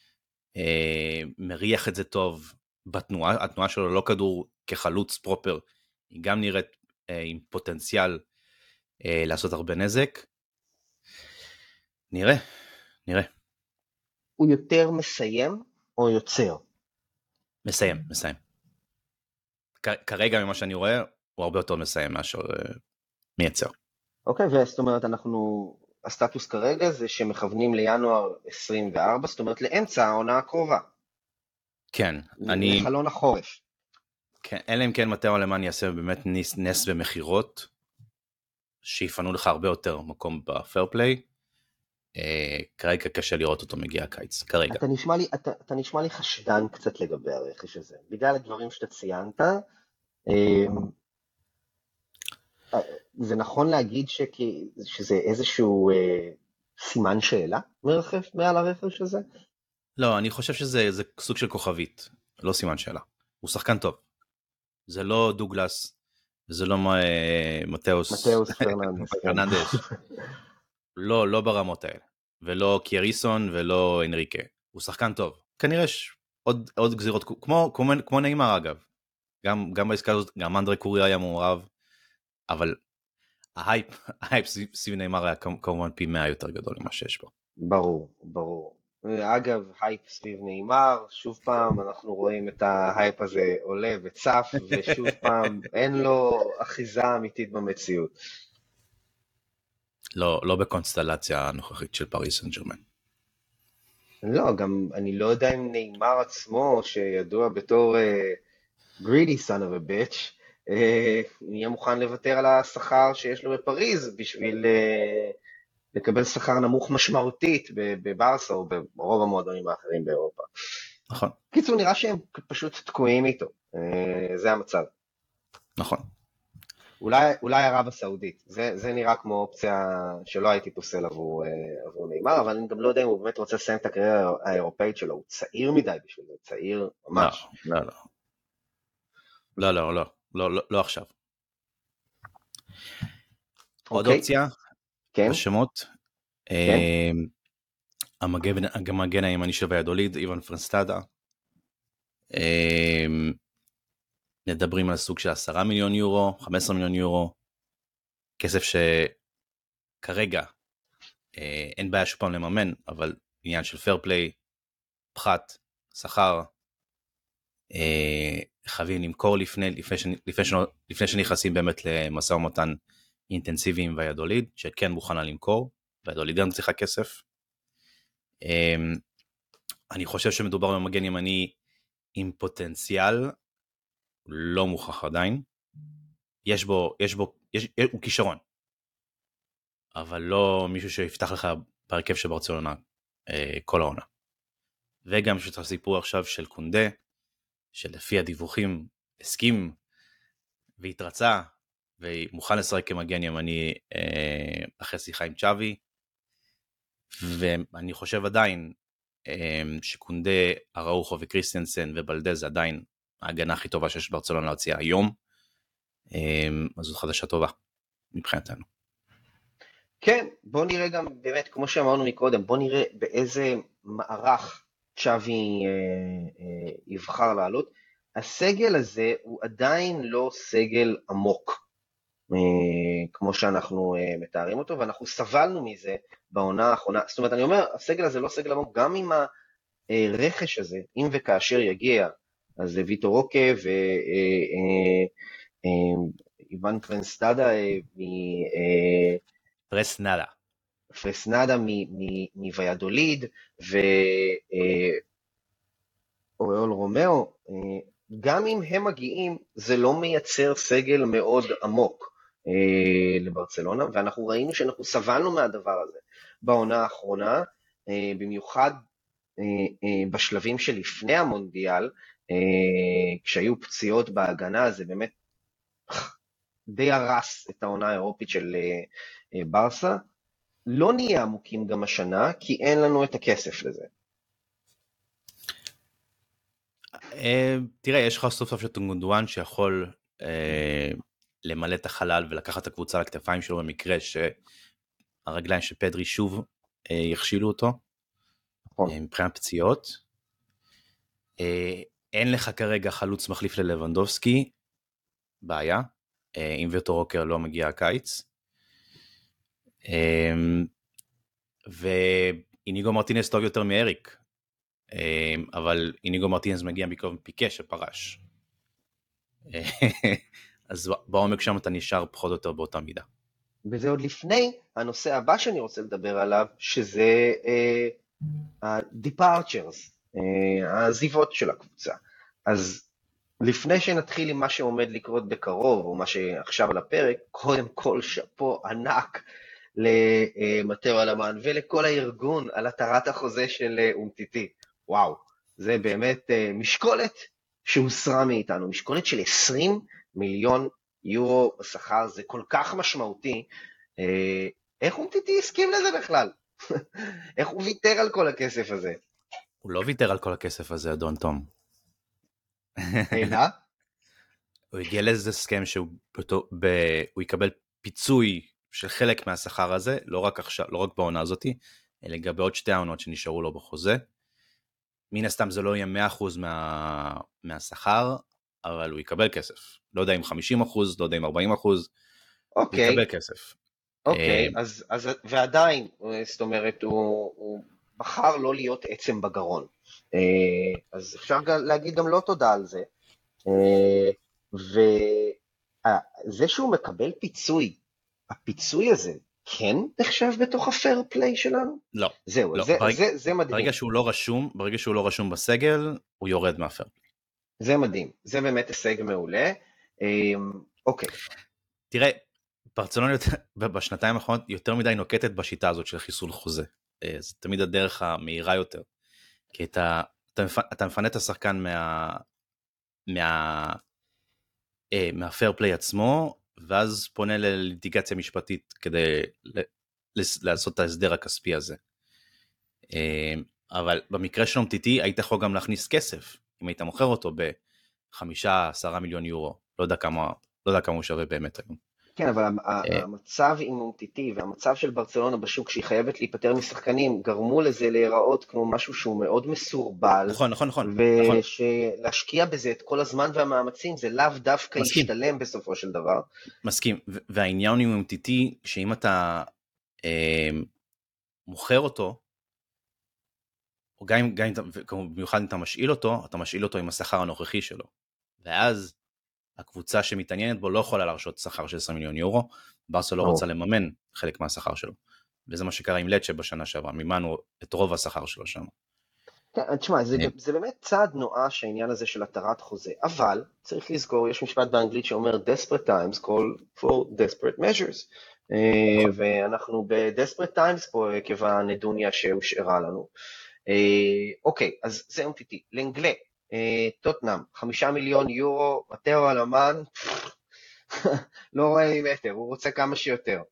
B: מריח את זה טוב בתנועה, התנועה שלו לא כדור כחלוץ פרופר, היא גם נראית עם פוטנציאל לעשות הרבה נזק. נראה.
A: הוא יותר מסיים או יוצר?
B: מסיים. כרגע ממה שאני רואה, הוא הרבה יותר מסיים מאשר מייצר.
A: אוקיי, זאת אומרת, הסטטוס כרגע זה שמכוונים לינואר 24, זאת אומרת לאמצע העונה הקרובה.
B: כן,
A: לחלון החורף.
B: כן, אלא אם כן מתאו אלמן יעשה באמת נס במחירות, שיפנו לך הרבה יותר מקום בפיירפליי. כרגע קשה לראות אותו מגיע הקיץ, כרגע.
A: אתה נשמע לי חשדן קצת לגבי הרכש הזה, בגלל הדברים שאתה ציינת, זה נכון להגיד שזה איזשהו סימן שאלה מרחף מעל הרכש הזה?
B: לא, אני חושב שזה סוג של כוכבית, לא סימן שאלה. הוא שחקן טוב. זה לא דוגלס, זה לא מתאוס
A: מתאוס פרננדס, כן.
B: פרננדש. לא ברמות האלה. ולא קיאריסון ולא אנריקה. הוא שחקן טוב. כנראה יש עוד גזירות, כמו נאמר אגב. גם בעסקה הזאת, גם אנדרי קורי היה מעורב, אבל ההייפ סביב נאמר היה כמובן פי 100 יותר גדול ממה שיש פה.
A: ברור, ברור. אגב, הייפ סביב נאמר, שוב פעם אנחנו רואים את ההייפ הזה עולה וצף, ושוב פעם אין לו אחיזה אמיתית במציאות.
B: לא בקונסטלציה הנוכחית של פריס סן ז'רמן.
A: לא, גם אני לא יודע אם נאמר עצמו, שידוע בתור greedy son of a bitch, יהיה מוכן לוותר על השכר שיש לו בפריז בשביל לקבל שכר נמוך משמעותית בברסה או ברוב המועדונים האחרים באירופה.
B: נכון.
A: קיצור, נראה שהם פשוט תקועים איתו, זה המצב.
B: נכון.
A: אולי ערב הסעודית, זה נראה כמו אופציה שלא הייתי פוסל עבור נאמר, אבל אני גם לא יודע אם הוא באמת רוצה לסיים את הקריירה האירופאית שלו, הוא צעיר מדי בשביל זה, צעיר ממש.
B: לא עכשיו. עוד
A: אוקיי.
B: אופציה
A: כן,
B: בשמות,
A: כן.
B: המגן הימני של ויאדוליד, איוון פרנסטדה. מדברים על סוג של 10 מיליון יורו, 15 מיליון יורו, כסף שכרגע אין בעיה שוב פעם לממן, אבל עניין של פייר פליי, פחת, שכר, חייבים למכור לפני שנכנסים באמת למשא ומתן אינטנסיבי עם ויאדוליד, שכן מוכנה למכור, ויאדוליד גם צריכה כסף. אני חושב שמדובר במגן ימני עם פוטנציאל, לא מוכח עדיין, הוא כישרון, אבל לא מישהו שיפתח לך בהרכב של ברצלונה כל העונה. וגם יש את הסיפור עכשיו של קונדה, שלפי הדיווחים הסכים והתרצה, ומוכן לשחק כמגן ימני אחרי שיחה עם צ'אבי, ואני חושב עדיין שקונדה, אראוחו וקריסטנסן ובלדז זה עדיין ההגנה הכי טובה שיש ברצלונה להציע היום, אז זו חדשה טובה מבחינתנו.
A: כן, בוא נראה גם באמת, כמו שאמרנו מקודם, בוא נראה באיזה מערך צ'אבי יבחר לעלות. הסגל הזה הוא עדיין לא סגל עמוק, כמו שאנחנו מתארים אותו, ואנחנו סבלנו מזה בעונה האחרונה. זאת אומרת, אני אומר, הסגל הזה לא סגל עמוק, גם עם הרכש הזה, אם וכאשר יגיע, אז ויטור רוקה ואיוון פרנסטדה פרסנדה מוויאדוליד ואוריול רומאו, גם אם הם מגיעים, זה לא מייצר סגל מאוד עמוק לברצלונה, ואנחנו ראינו שאנחנו סבלנו מהדבר הזה בעונה האחרונה, במיוחד בשלבים שלפני המונדיאל, כשהיו פציעות בהגנה, זה באמת די הרס את העונה האירופית של ברסה. לא נהיה עמוקים גם השנה, כי אין לנו את הכסף לזה.
B: תראה, יש לך סוף סוף של גונדואן שיכול למלא את החלל ולקחת את הקבוצה לכתפיים שלו, במקרה שהרגליים של פדרי שוב יכשילו אותו, מבחינת פציעות. אין לך כרגע חלוץ מחליף ללבנדובסקי, בעיה, אם ויטור רוקה לא מגיע הקיץ. ואיניגו מרטינס טוב יותר מאריק, אבל איניגו מרטינס מגיע מקום פיקה שפרש, אז בעומק שם אתה נשאר פחות או יותר באותה מידה.
A: וזה עוד לפני הנושא הבא שאני רוצה לדבר עליו, שזה ה-departures, העזיבות של הקבוצה. אז לפני שנתחיל עם מה שעומד לקרות בקרוב, או מה שעכשיו על הפרק, קודם כל שפו ענק למטאו אלמן ולכל הארגון על התרת החוזה של אומטיטי. וואו, זה באמת משקולת שהוסרה מאיתנו, משקולת של 20 מיליון יורו בשכר, זה כל כך משמעותי. איך אומטיטי הסכים לזה בכלל? איך הוא ויתר על כל הכסף הזה?
B: הוא לא ויתר על כל הכסף הזה, אדון תום.
A: אלא?
B: הוא הגיע לאיזה הסכם שהוא יקבל פיצוי של חלק מהשכר הזה, לא רק בעונה הזאת, אלא לגבי עוד 2 העונות שנשארו לו בחוזה. מן הסתם זה לא יהיה 100% מהשכר, אבל הוא יקבל כסף. לא יודע אם 50%, לא יודע אם 40%, הוא יקבל כסף.
A: אוקיי, אז ועדיין, זאת אומרת, הוא בחר לא להיות עצם בגרון. אז אפשר להגיד גם לא תודה על זה. וזה שהוא מקבל פיצוי, הפיצוי הזה כן נחשב בתוך הפייר פליי שלנו?
B: לא.
A: זהו,
B: לא.
A: זה מדהים.
B: ברגע שהוא לא רשום בסגל, הוא יורד מהפייר פליי.
A: זה מדהים, זה באמת הישג מעולה. אוקיי.
B: תראה, ברצלונה בשנתיים האחרונות יותר מדי נוקטת בשיטה הזאת של חיסול חוזה. זה תמיד הדרך המהירה יותר. כי אתה מפנה את השחקן מהפייר פליי עצמו, ואז פונה לליטיגציה משפטית כדי לעשות את ההסדר הכספי הזה. אבל במקרה של אומטיטי היית יכול גם להכניס כסף, אם היית מוכר אותו ב5-10 מיליון יורו. לא יודע כמה הוא שווה באמת היום.
A: כן, אבל המצב עם אומטיטי והמצב של ברצלונה בשוק שהיא חייבת להיפטר משחקנים גרמו לזה להיראות כמו משהו שהוא מאוד מסורבל.
B: נכון.
A: ולהשקיע בזה את כל הזמן והמאמצים זה לאו דווקא ישתלם בסופו של דבר.
B: מסכים, והעניין עם אומטיטי שאם אתה מוכר אותו, או גם במיוחד אם אתה משאיל אותו עם השכר הנוכחי שלו. ואז הקבוצה שמתעניינת בו לא יכולה להרשות שכר של 20 מיליון יורו, ברסה לא רוצה לממן חלק מהשכר שלו. וזה מה שקרה עם לצ'ה בשנה שעברה, מימנו את רוב השכר שלו שם.
A: כן, תשמע, זה באמת צעד נואש העניין הזה של התרת חוזה, אבל צריך לזכור, יש משפט באנגלית שאומר desperate times call for desperate measures, ואנחנו ב-desperate times פה עקב הנדוניה שהושארה לנו. אוקיי, אז זה אומטיטי. לנגלה, טוטנאם, 5 מיליון יורו, מתאו אלמן, לא רואה ממטר, הוא רוצה כמה שיותר.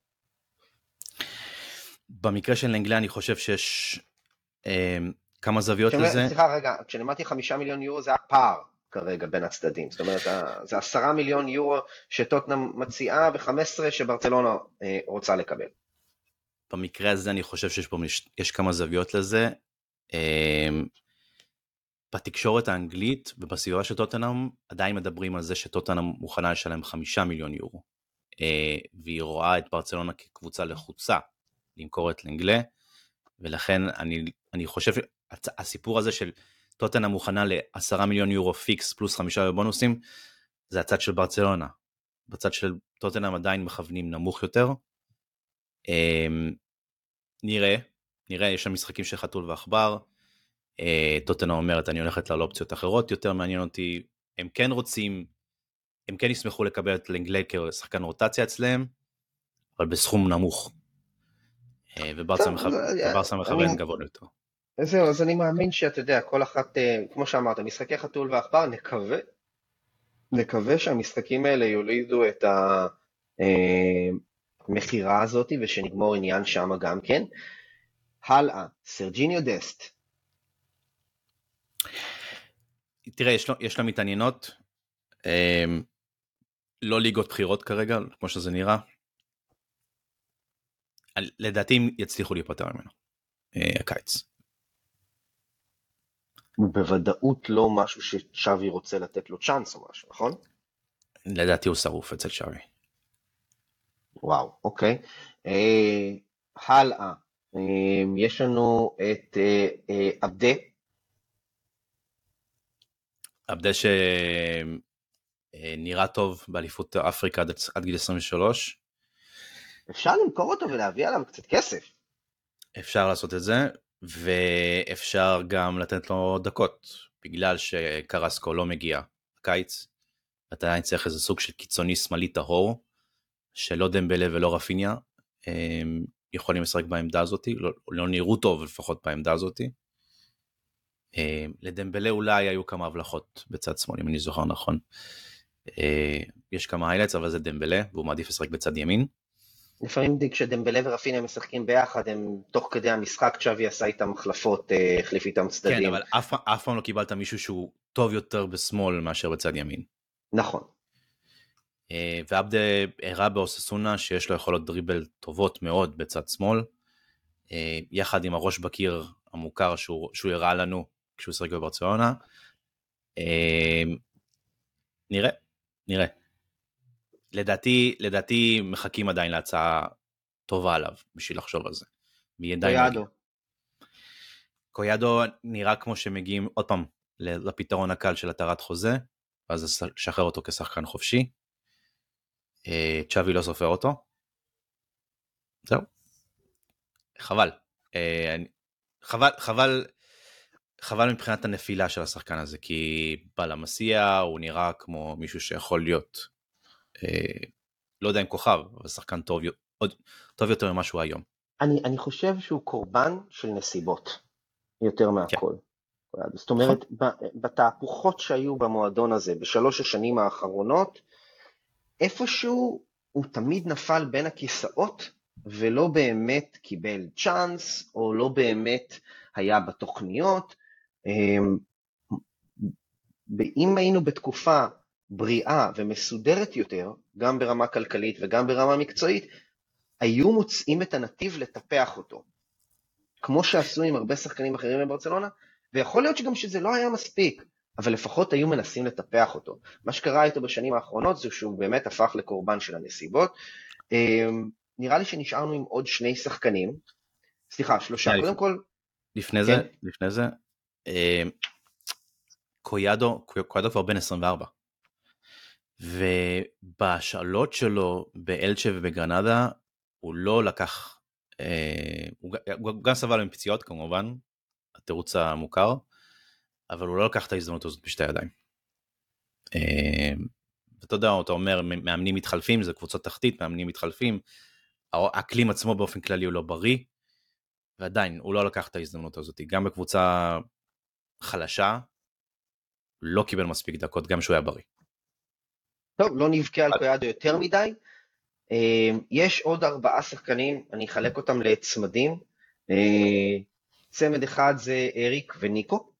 B: במקרה של לנגלה אני חושב שיש כמה זוויות לזה.
A: סליחה רגע, כשנאמרתי 5 מיליון יורו זה הפער כרגע בין הצדדים, זאת אומרת זה 10 מיליון יורו שטוטנאם מציעה ו15 שברצלונה רוצה לקבל.
B: במקרה הזה אני חושב שיש כמה זוויות לזה. בתקשורת האנגלית ובסביבה של טוטנהאם עדיין מדברים על זה שטוטנהאם מוכנה לשלם 5 מיליון יורו, והיא רואה את ברצלונה כקבוצה לחוצה למכור את לנגלה, ולכן אני חושב שהסיפור הזה של טוטנהאם מוכנה ל10 מיליון יורו פיקס פלוס 5 בונוסים, זה הצד של ברצלונה. בצד של טוטנהאם עדיין מכוונים נמוך יותר. נראה, יש שם משחקים של חתול ועכבר, טוטנהאם אומרת אני הולכת לאופציות אחרות, יותר מעניין אותי, הם כן ישמחו לקבל את לנגלה כשחקן רוטציה אצלם, אבל בסכום נמוך, וברסה מכוון גבוה יותר.
A: זהו, אז אני מאמין שאתה יודע, כל אחת, כמו שאמרת, משחקי חתול ועכבר, נקווה שהמשחקים האלה יולידו את המחירה הזאת, ושנגמור עניין שם גם כן. הלאה, סרג'יניו דסט.
B: תראה, יש לה מתעניינות, לא ליגות בחירות כרגע, כמו שזה נראה. לדעתי הם יצליחו להיפטר ממנו, הקיץ.
A: בוודאות לא משהו ששווי רוצה לתת לו צ'אנס או משהו, נכון?
B: לדעתי הוא שרוף אצל שווי.
A: וואו, אוקיי. הלאה, יש לנו את עבדה.
B: עבדה שנראה טוב באליפות אפריקה עד גיל 23.
A: אפשר למכור אותו ולהביא עליו קצת כסף.
B: אפשר לעשות את זה, ואפשר גם לתת לו דקות, בגלל שקרסקו לא מגיע הקיץ, אתה עדיין צריך איזה סוג של קיצוני שמאלי טהור, שלא דמבלה ולא רפיניה, יכולים לשחק בעמדה הזאת, לא נראו טוב לפחות בעמדה הזאת. לדמבלה אולי היו כמה הבלחות בצד שמאל, אם אני זוכר נכון. יש כמה היילייטס, אבל זה דמבלה, והוא מעדיף לשחק בצד ימין.
A: לפעמים כשדמבלה ורפיניה משחקים ביחד, הם תוך כדי המשחק, צ'אבי עשה איתם החלפות, החליף איתם צדדים.
B: כן, אבל אף פעם לא קיבלת מישהו שהוא טוב יותר בשמאל מאשר בצד ימין.
A: נכון.
B: ועבדה הראה באוססונה שיש לו יכולות דריבל טובות מאוד בצד שמאל, יחד עם הראש בקיר המוכר שהוא הראה לנו כשהוא שחק בברצלונה. נראה. לדעתי מחכים עדיין להצעה טובה עליו בשביל לחשוב על זה. קויאדו נראה כמו שמגיעים עוד פעם לפתרון הקל של התרת חוזה, אז שחרר אותו כשחקן חופשי. צ'אבי לא סופר אותו. זהו. חבל מבחינת הנפילה של השחקן הזה, כי בלמסיה הוא נראה כמו מישהו שיכול להיות, לא יודע אם כוכב, אבל שחקן טוב יותר ממה שהוא היום.
A: אני חושב שהוא קורבן של נסיבות, יותר מהכל. זאת אומרת, בתהפוכות שהיו במועדון הזה, בשלוש השנים האחרונות, איפשהו הוא תמיד נפל בין הכיסאות, ולא באמת קיבל צ'אנס, או לא באמת היה בתוכניות. אם היינו בתקופה בריאה ומסודרת יותר, גם ברמה כלכלית וגם ברמה מקצועית, היו מוצאים את הנתיב לטפח אותו. כמו שעשו עם הרבה שחקנים אחרים בברצלונה, ויכול להיות שגם שזה לא היה מספיק, אבל לפחות היו מנסים לטפח אותו. מה שקרה איתו בשנים האחרונות, זה שהוא באמת הפך לקורבן של הנסיבות. נראה לי שנשארנו עם עוד שני שחקנים, סליחה, שלושה, קודם כל.
B: לפני זה, קויאדו כבר בן 24, ובשאלות שלו באלצ'ה ובגרנדה, הוא לא לקח, הוא גם סבל מפציעות כמובן, התירוץ המוכר, אבל הוא לא לקח את ההזדמנות הזאת בשתי ידיים. ואתה יודע, אתה אומר, מאמנים מתחלפים, זה קבוצות תחתית, מאמנים מתחלפים, האקלים עצמו באופן כללי הוא לא בריא, ועדיין, הוא לא לקח את ההזדמנות הזאת. גם בקבוצה חלשה, לא קיבל מספיק דקות, גם שהוא היה בריא.
A: טוב, לא נבכה על קויאדו יותר מדי. יש עוד 4 שחקנים, אני אחלק אותם לצמדים. צמד אחד זה אריק וניקו.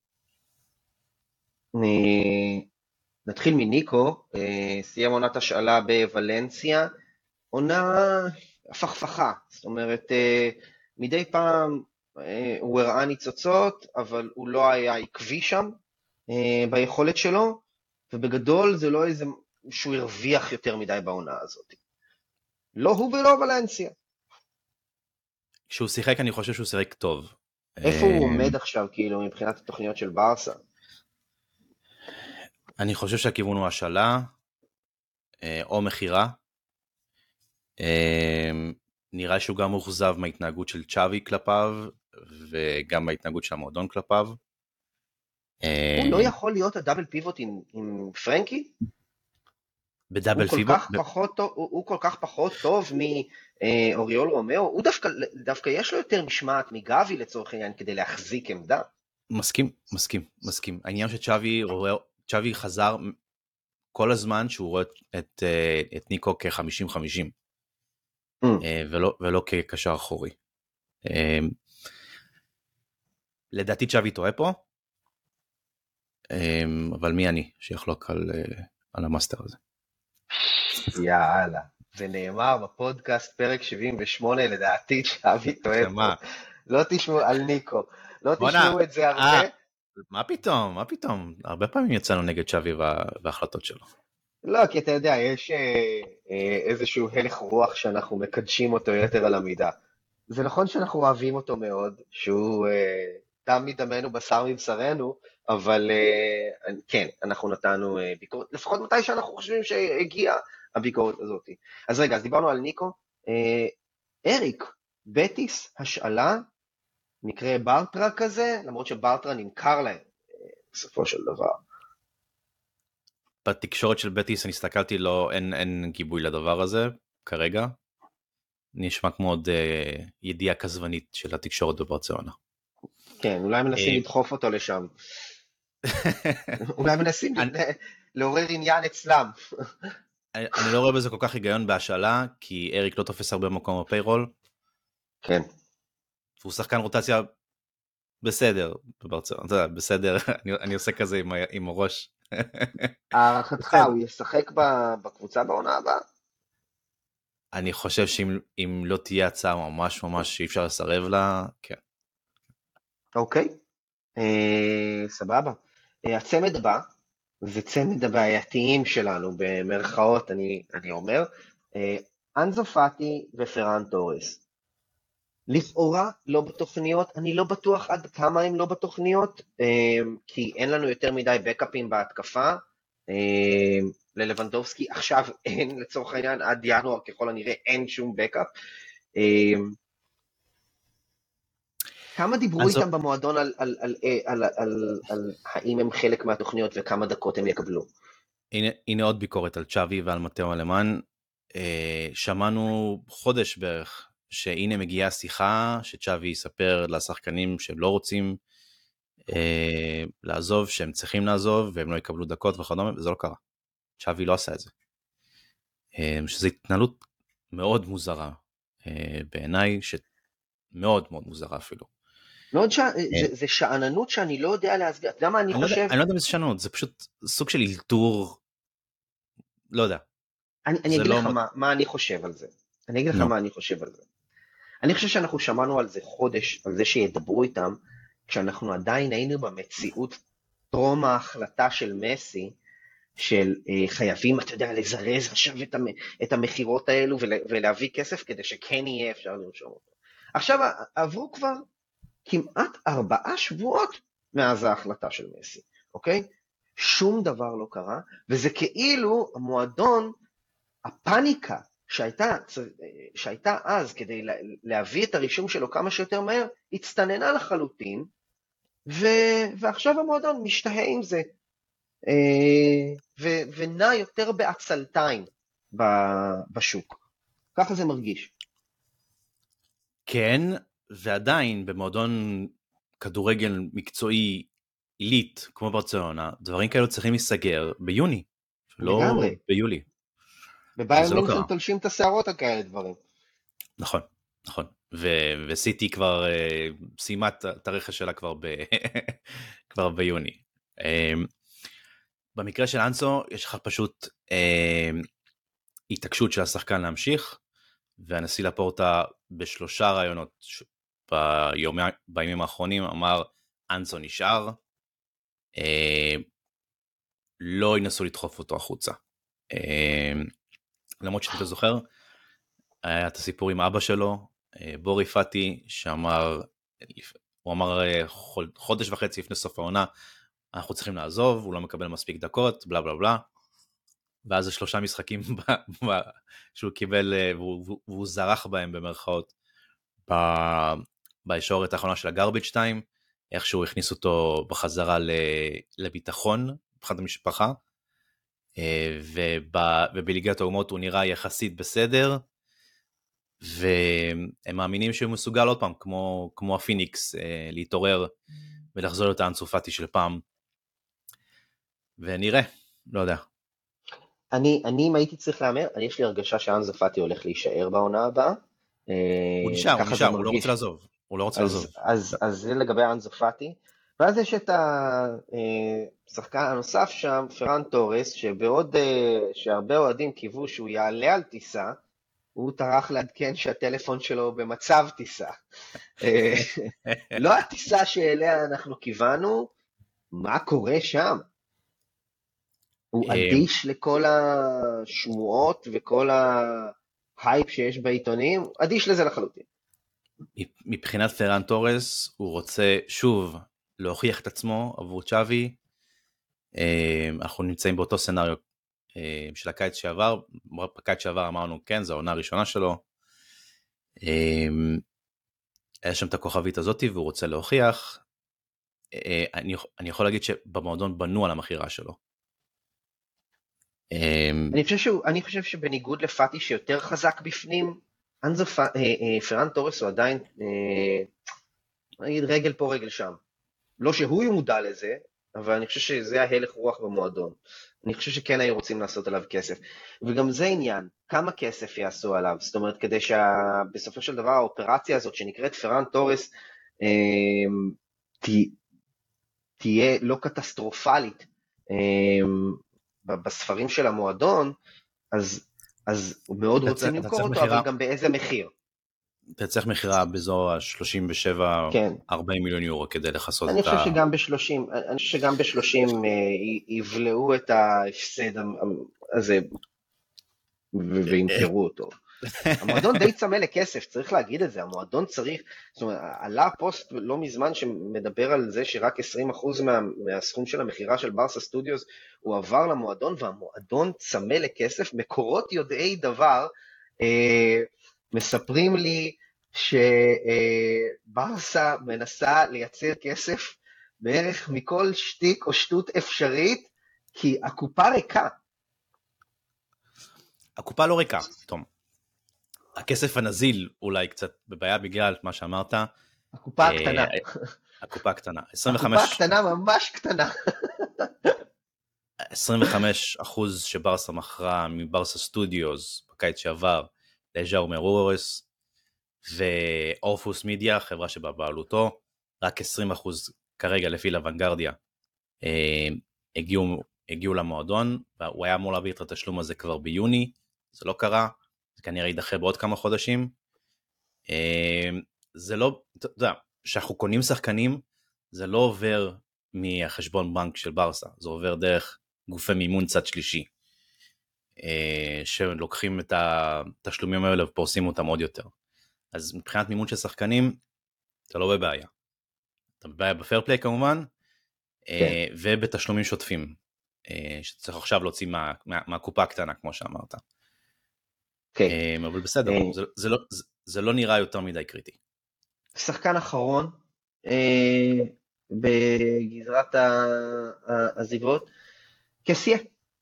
A: נתחיל מניקו, סיים עונת השאלה בוולנסיה, עונה הפכפכה, זאת אומרת, מדי פעם הוא הראה ניצוצות, אבל הוא לא היה עקבי שם ביכולת שלו, ובגדול זה לא איזה שהוא הרוויח יותר מדי בעונה הזאת. לא הוא ולא ולנסיה.
B: כשהוא שיחק אני חושב שהוא שיחק טוב.
A: איפה הוא עומד עכשיו כאילו מבחינת התוכניות של ברסה?
B: אני חושב שהכיוון הוא השאלה, או מחירה. נראה שהוא גם מוחזב מההתנהגות של צ'אבי כלפיו, וגם מההתנהגות של המועדון כלפיו.
A: הוא לא יכול להיות הדאבל פיבוט עם פרנקי?
B: בדאבל פיבוט?
A: הוא כל כך פחות טוב מאוריול רומאו, הוא דווקא יש לו יותר משמעת מגבי לצורך העניין כדי להחזיק עמדה. מסכים. העניין שצ'אבי חזר כל הזמן שהוא רואה את ניקו כ-50-50, ולא כקשר אחורי. לדעתי צ'אבי טועה פה, אבל מי אני שיחלוק על המאסטר הזה? יאללה, זה נאמר בפודקאסט פרק 78, לדעתי צ'אבי טועה פה. לא תשמעו על ניקו, לא תשמעו את זה הרבה.
B: מה פתאום? הרבה פעמים יצאנו נגד צ'אבי וההחלטות שלו.
A: לא, כי אתה יודע, יש איזשהו הלך רוח שאנחנו מקדשים אותו יותר על המידה. זה נכון שאנחנו אוהבים אותו מאוד, שהוא דם מדמנו בשר מבשרנו, אבל כן, אנחנו נתנו ביקורת, לפחות מתי שאנחנו חושבים שהגיעה הביקורת הזאת. אז רגע, אז דיברנו על ניקו. אריק, בטיס, השאלה, מקרה ברטרה כזה, למרות שברטרה נמכר להם בסופו של דבר.
B: בתקשורת של בטיס אני הסתכלתי לו, אין גיבוי לדבר הזה כרגע. נשמע כמו עוד ידיעה כזבנית של התקשורת בברצלונה.
A: כן, אולי מנסים לדחוף אותו לשם. אולי מנסים לעורר עניין אצלם.
B: אני לא רואה בזה כל כך היגיון בהשאלה, כי אריק לא תופס הרבה מקום בפיירול.
A: כן.
B: והוא שחקן רוטציה בסדר, בברצלונה, אתה יודע, בסדר, אני עושה כזה עם הראש.
A: הערכתך,
B: בסדר.
A: הוא ישחק בקבוצה בעונה הבאה?
B: אני חושב שאם לא תהיה הצעה ממש ממש שאי אפשר לסרב לה, כן.
A: אוקיי, סבבה. הצמד הבא, זה צמד הבעייתיים שלנו, במרכאות אני אומר, אנזו פאטי ופרן טורס. לכאורה לא בתוכניות, אני לא בטוח עד כמה הם לא בתוכניות, כי אין לנו יותר מדי בקאפים בהתקפה, ללבנדובסקי עכשיו אין, לצורך העניין, עד ינואר ככל הנראה אין שום בקאפ. כמה דיברו איתם במועדון על האם הם חלק מהתוכניות וכמה דקות הם יקבלו?
B: הנה עוד ביקורת על צ'אבי ועל מתאו אלמן. שמענו חודש בערך שהנה מגיעה שיחה שצ'אבי יספר לשחקנים שהם לא רוצים לעזוב, שהם צריכים לעזוב והם לא יקבלו דקות וכדומה, וזה לא קרה. צ'אבי לא עשה את זה. שזו התנהלות מאוד מוזרה בעיניי, שמאוד מאוד מוזרה אפילו.
A: זה שעננות שאני לא יודע להסביר. אתה יודע מה אני חושב?
B: אני לא יודע אם זה שעננות, זה פשוט סוג של אלתור, לא יודע.
A: אני אגיד לך מה אני חושב על זה. אני אגיד לך מה אני חושב על זה. אני חושב שאנחנו שמענו על זה חודש, על זה שידברו איתם, כשאנחנו עדיין היינו במציאות טרום ההחלטה של מסי, של חייבים, אתה יודע, לזרז עכשיו את המחירות האלו ולהביא כסף כדי שכן יהיה אפשר לרשום אותו. עכשיו עברו כבר כמעט 4 שבועות מאז ההחלטה של מסי, אוקיי? שום דבר לא קרה, וזה כאילו המועדון, הפאניקה שהייתה אז כדי להביא את הרישום שלו כמה שיותר מהר, הצטננה לחלוטין, ועכשיו המועדון משתהה עם זה, ונע יותר בעצלתיים בשוק. ככה זה מרגיש.
B: כן, ועדיין במועדון כדורגל מקצועי עילית, כמו ברצלונה, דברים כאלו צריכים להיסגר ביוני, לא ביולי.
A: בביירן מינכן תולשים את השערות הכאלה דברים.
B: נכון, נכון. וסיטי כבר סיימה את הרכש שלה כבר ביוני. במקרה של אנסו, יש לך פשוט התעקשות של השחקן להמשיך, והנשיא לפורטה ב3 רעיונות בימים האחרונים אמר, אנסו נשאר, לא ינסו לדחוף אותו החוצה. למרות שאתה זוכר, היה את הסיפור עם אבא שלו, בורי פאטי, הוא אמר חודש וחצי לפני סוף העונה, אנחנו צריכים לעזוב, הוא לא מקבל מספיק דקות, בלה בלה בלה, ואז זה 3 משחקים שהוא קיבל, והוא זרח בהם במרכאות, בישורת האחרונה של הגרביץ' טיים, איכשהו הכניס אותו בחזרה לביטחון, מבחינת המשפחה, ובליגת האומות הוא נראה יחסית בסדר, והם מאמינים שהוא מסוגל עוד פעם, כמו הפיניקס, להתעורר ולחזור להיות האנסו פאטי של פעם, ונראה, לא יודע.
A: אם הייתי צריך לאמר, יש לי הרגשה שאנזו פאטי הולך להישאר בעונה הבאה.
B: הוא נשאר, הוא לא רוצה לעזוב.
A: אז זה לגבי אנזו פאטי. ואז יש את השחקן הנוסף שם, פרן טורס, שבעוד שהרבה אוהדים קיוו שהוא יעלה על טיסה, הוא טרח לעדכן שהטלפון שלו במצב טיסה. לא הטיסה שאליה אנחנו כיוונו, מה קורה שם? הוא אדיש לכל השמועות וכל ההייפ שיש בעיתונים, הוא אדיש לזה לחלוטין.
B: מבחינת פרן טורס, הוא רוצה שוב להוכיח את עצמו עבור צ'אבי. אנחנו נמצאים באותו סנריו של הקיץ שעבר, בקיץ שעבר אמרנו כן, זו העונה הראשונה שלו. היה שם את הכוכבית הזאת והוא רוצה להוכיח. אני יכול להגיד שבמועדון בנו על המחירה שלו.
A: אני חושב שבניגוד לפאטי שיותר חזק בפנים, פרן טורס הוא עדיין נגיד רגל פה רגל שם. לא שהוא מודע לזה, אבל אני חושב שזה ההלך רוח במועדון. אני חושב שכן היו רוצים לעשות עליו כסף. וגם זה עניין, כמה כסף יעשו עליו? זאת אומרת, כדי שבסופו של דבר האופרציה הזאת שנקראת פרן תורס, תהיה לא קטסטרופלית בספרים של המועדון, אז מאוד רוצים למכור אותו, אבל גם באיזה מחיר.
B: אתה צריך מחירה באזור ה-37-40 מיליון יורו כדי לחסות את ה...
A: אני חושב שגם ב-30 יבלעו את ההפסד הזה וימכרו אותו. המועדון די צמא לכסף, צריך להגיד את זה, המועדון צריך, זאת אומרת, עלה פוסט לא מזמן שמדבר על זה שרק 20% מהסכום של המחירה של ברסה סטודיוס הוא עבר למועדון, והמועדון צמא לכסף. מקורות יודעי דבר מספרים לי שברסה מנסה לייצר כסף בערך מכל שטיק או שטות אפשרית, כי הקופה ריקה.
B: הקופה לא ריקה, תום. הכסף הנזיל אולי קצת בבעיה בגלל מה שאמרת.
A: הקופה הקטנה.
B: הקופה הקטנה.
A: הקופה הקטנה ממש קטנה.
B: 25% שברסה מכרה מברסה סטודיוס בקיץ שעבר לג'או מרורס, ואורפוס מידיה, חברה שבבעלותו, רק 20% כרגע לפי לוונגרדיה הגיעו למועדון, והוא היה אמור להביא את התשלום הזה כבר ביוני, זה לא קרה, זה כנראה יידחה בעוד כמה חודשים. זה לא, אתה יודע, שאנחנו קונים שחקנים, זה לא עובר מהחשבון בנק של ברסה, זה עובר דרך גופי מימון צד שלישי, שלוקחים את התשלומים האלה ופורסים אותם עוד יותר. אז מבחינת מימון של שחקנים, אתה לא בבעיה. אתה בבעיה בפייר פליי כמובן, ובתשלומים שוטפים, שצריך עכשיו להוציא מהקופה הקטנה, כמו שאמרת. אבל בסדר, זה לא נראה יותר מדי קריטי.
A: שחקן אחרון, בגזרת הזיוות, קסיה.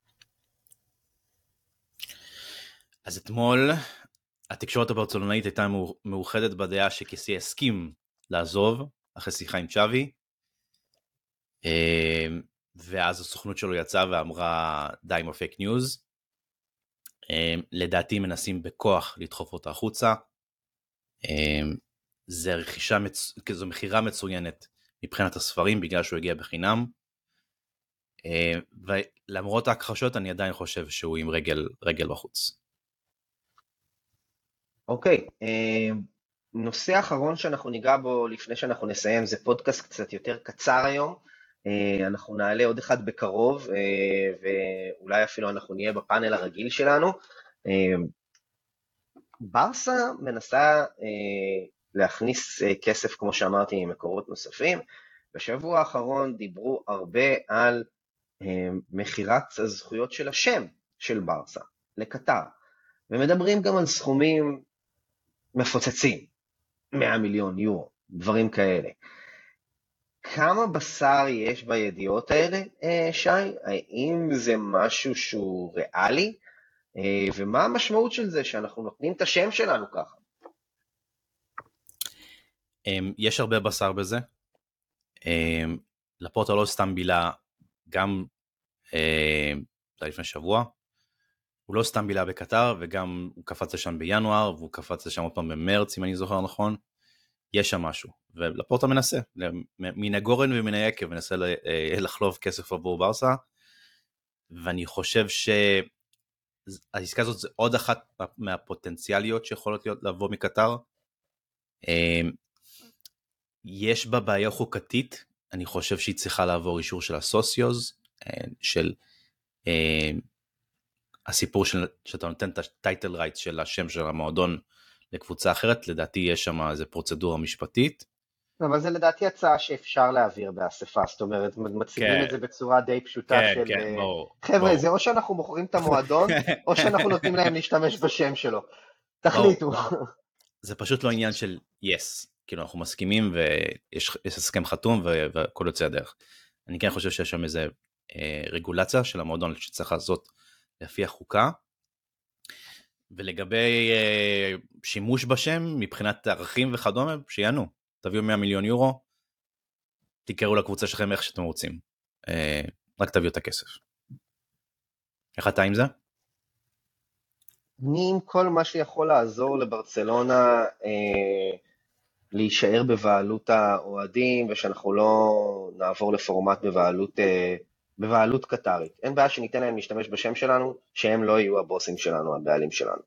B: אז אתמול, התקשורת הברצלונאית הייתה מאוחדת בדעה שקסיה הסכים לעזוב, אחרי שיחה עם צ'אבי, ואז הסוכנות שלו יצאה ואמרה די עם הפייק ניוז, לדעתי מנסים בכוח לדחוף אותה החוצה, זו מחירה מצוינת מבחינת הספרים, בגלל שהוא הגיע בחינם, ולמרות ההכחשות אני עדיין חושב שהוא עם רגל בחוץ.
A: אוקיי, נושא אחרון שאנחנו ניגע בו לפני שאנחנו נסיים, זה פודקאסט קצת יותר קצר היום, אנחנו נעלה עוד אחד בקרוב, ואולי אפילו אנחנו נהיה בפאנל הרגיל שלנו. ברסה מנסה להכניס כסף, כמו שאמרתי, ממקורות נוספים. בשבוע האחרון דיברו הרבה על מחירת הזכויות של השם של ברסה לקטר, ומדברים גם על סכומים מפוצצים, 100 מיליון יורו, דברים כאלה. כמה בשר יש בידיעות האלה, שי? האם זה משהו שהוא ריאלי? ומה המשמעות של זה שאנחנו נותנים את השם שלנו ככה?
B: יש הרבה בשר בזה. לפורטה לא סתם בילה גם לפני שבוע. הוא לא סתם בילה בקטר, וגם הוא קפץ לשם בינואר, והוא קפץ לשם עוד פעם במרץ, אם אני זוכר נכון. יש שם משהו, ולפורטה מנסה, מן הגורן ומן היקב, מנסה לחלוב כסף עבור ברסה, ואני חושב שהעסקה הזאת זה עוד אחת מהפוטנציאליות שיכולות לבוא מקטר. יש בה בעיה חוקתית, אני חושב שהיא צריכה לעבור אישור של הסוציוז, של הסיפור שאתה נותן את הטייטל רייט של השם של המועדון לקבוצה אחרת, לדעתי יש שם איזו פרוצדורה משפטית.
A: אבל זה לדעתי הצעה שאפשר להעביר באספה, זאת אומרת, מציגים את זה בצורה די פשוטה של... חבר'ה, זה או שאנחנו מוכרים את המועדון, או שאנחנו נותנים להם להשתמש בשם שלו. תחליטו.
B: זה פשוט לא עניין של yes, כאילו אנחנו מסכימים ויש הסכם חתום והכל יוצא הדרך. אני כן חושב שיש שם איזו רגולציה של המועדון שצריך לעשות לפי החוקה, ולגבי שימוש בשם, מבחינת ערכים וכדומה, שיענו, תביאו 100 מיליון יורו, תקראו לקבוצה שלכם איך שאתם רוצים. רק תביאו את הכסף. איך אתה עם זה?
A: אני עם כל מה שיכול לעזור לברצלונה להישאר בבעלות האוהדים, ושאנחנו לא נעבור לפורמט בבעלות קטרית. אין בעיה שניתן להם להשתמש בשם שלנו, שהם לא יהיו הבוסים שלנו, הבעלים שלנו.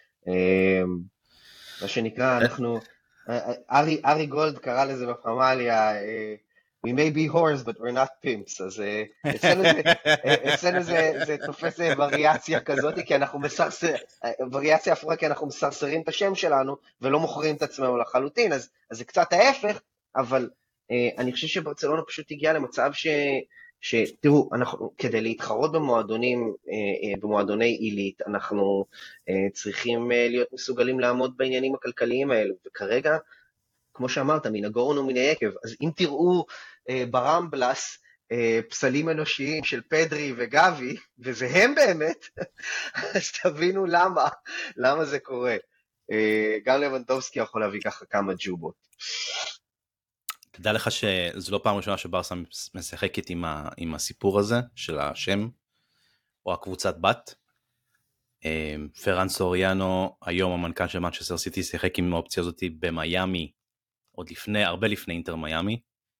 A: מה שנקרא, ארי גולד קרא לזה בפמליה, we may be whores, but we're not pimps, אז אצלנו זה תופס וריאציה כזאת, כי אנחנו וריאציה הפוכה, כי אנחנו מסרסרים את השם שלנו, ולא מוכרים את עצמנו לחלוטין, אז זה קצת ההפך, אבל אני חושב שברצלונה פשוט הגיעה למצב שתראו, כדי להתחרות במועדוני עילית, אנחנו צריכים להיות מסוגלים לעמוד בעניינים הכלכליים האלו, וכרגע, כמו שאמרת, מן הגורן ומן היקב, אז אם תראו ברמבלס פסלים אנושיים של פדרי וגבי, וזה הם באמת, אז תבינו למה זה קורה. גם לבנדובסקי יכול להביא ככה כמה ג'ובות.
B: תדע לך שזו לא פעם ראשונה שברסה משחקת עם הסיפור הזה של השם, או הקבוצת בת. פרן סוריאנו, היום המנכ"ל של מנצ'סטר סיטי, שיחק עם האופציה הזאת במיימי, עוד הרבה לפני אינטר מיימי.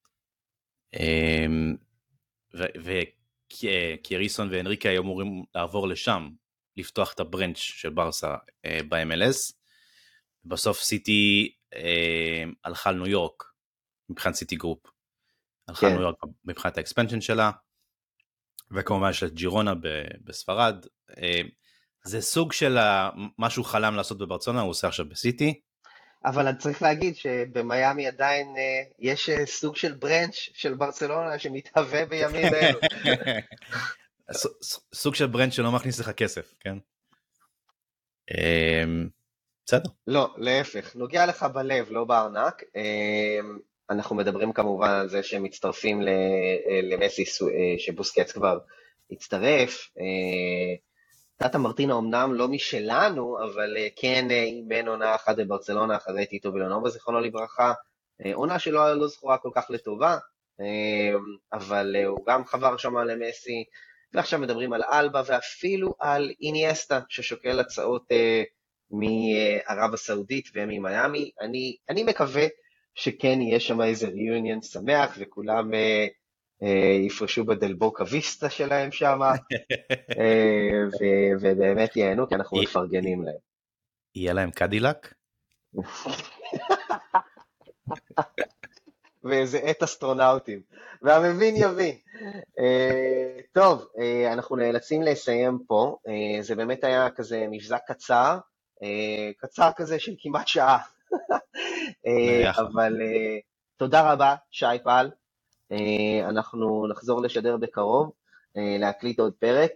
B: וקיריסון ואנריקה היו אמורים לעבור לשם, לפתוח את הברנץ' של ברסה ב-MLS. בסוף סיטי הלכה לניו יורק, מבחינת סיטי גרופ. הלכה לניו יורק מבחינת האקספנשן שלה, וכמובן יש את ג'ירונה בספרד. זה סוג של משהו חלם לעשות בברצלונה, הוא עושה עכשיו בסיטי.
A: אבל אני צריך להגיד שבמיימי עדיין יש סוג של ברנץ' של ברצלונה שמתהווה בימים אלו.
B: סוג של ברנץ' שלא מכניס לך כסף, כן? בסדר.
A: לא, להפך, נוגע לך בלב, לא בארנק. אנחנו מדברים כמובן על זה שהם מצטרפים למסי, שבוסקץ כבר הצטרף. טאטה מרטינה אמנם לא משלנו, אבל כן בין עונה אחת בברצלונה אחרי טיטו וילנובה, זיכרונו לברכה, עונה שלא לא זכורה כל כך לטובה, אבל הוא גם חבר שם למסי, ועכשיו מדברים על אלבה ואפילו על איניאסטה, ששוקל הצעות מערב הסעודית וממיימי. אני מקווה שכן יהיה שם איזה ריוניון שמח, וכולם יפרשו בדלבוקה ויסטה שלהם שם, ובאמת ייהנו, כי אנחנו מפרגנים להם.
B: יהיה להם קדילק?
A: ואיזה עת אסטרונאוטים, והמבין יבין. טוב, אנחנו נאלצים לסיים פה, זה באמת היה כזה מבזק קצר כזה של כמעט שעה, אבל תודה רבה שי פעל, אנחנו נחזור לשדר בקרוב, להקליט עוד פרק,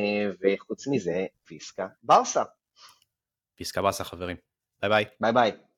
A: וחוץ מזה, פיסקה ברסה.
B: פיסקה ברסה חברים, ביי ביי.
A: ביי ביי.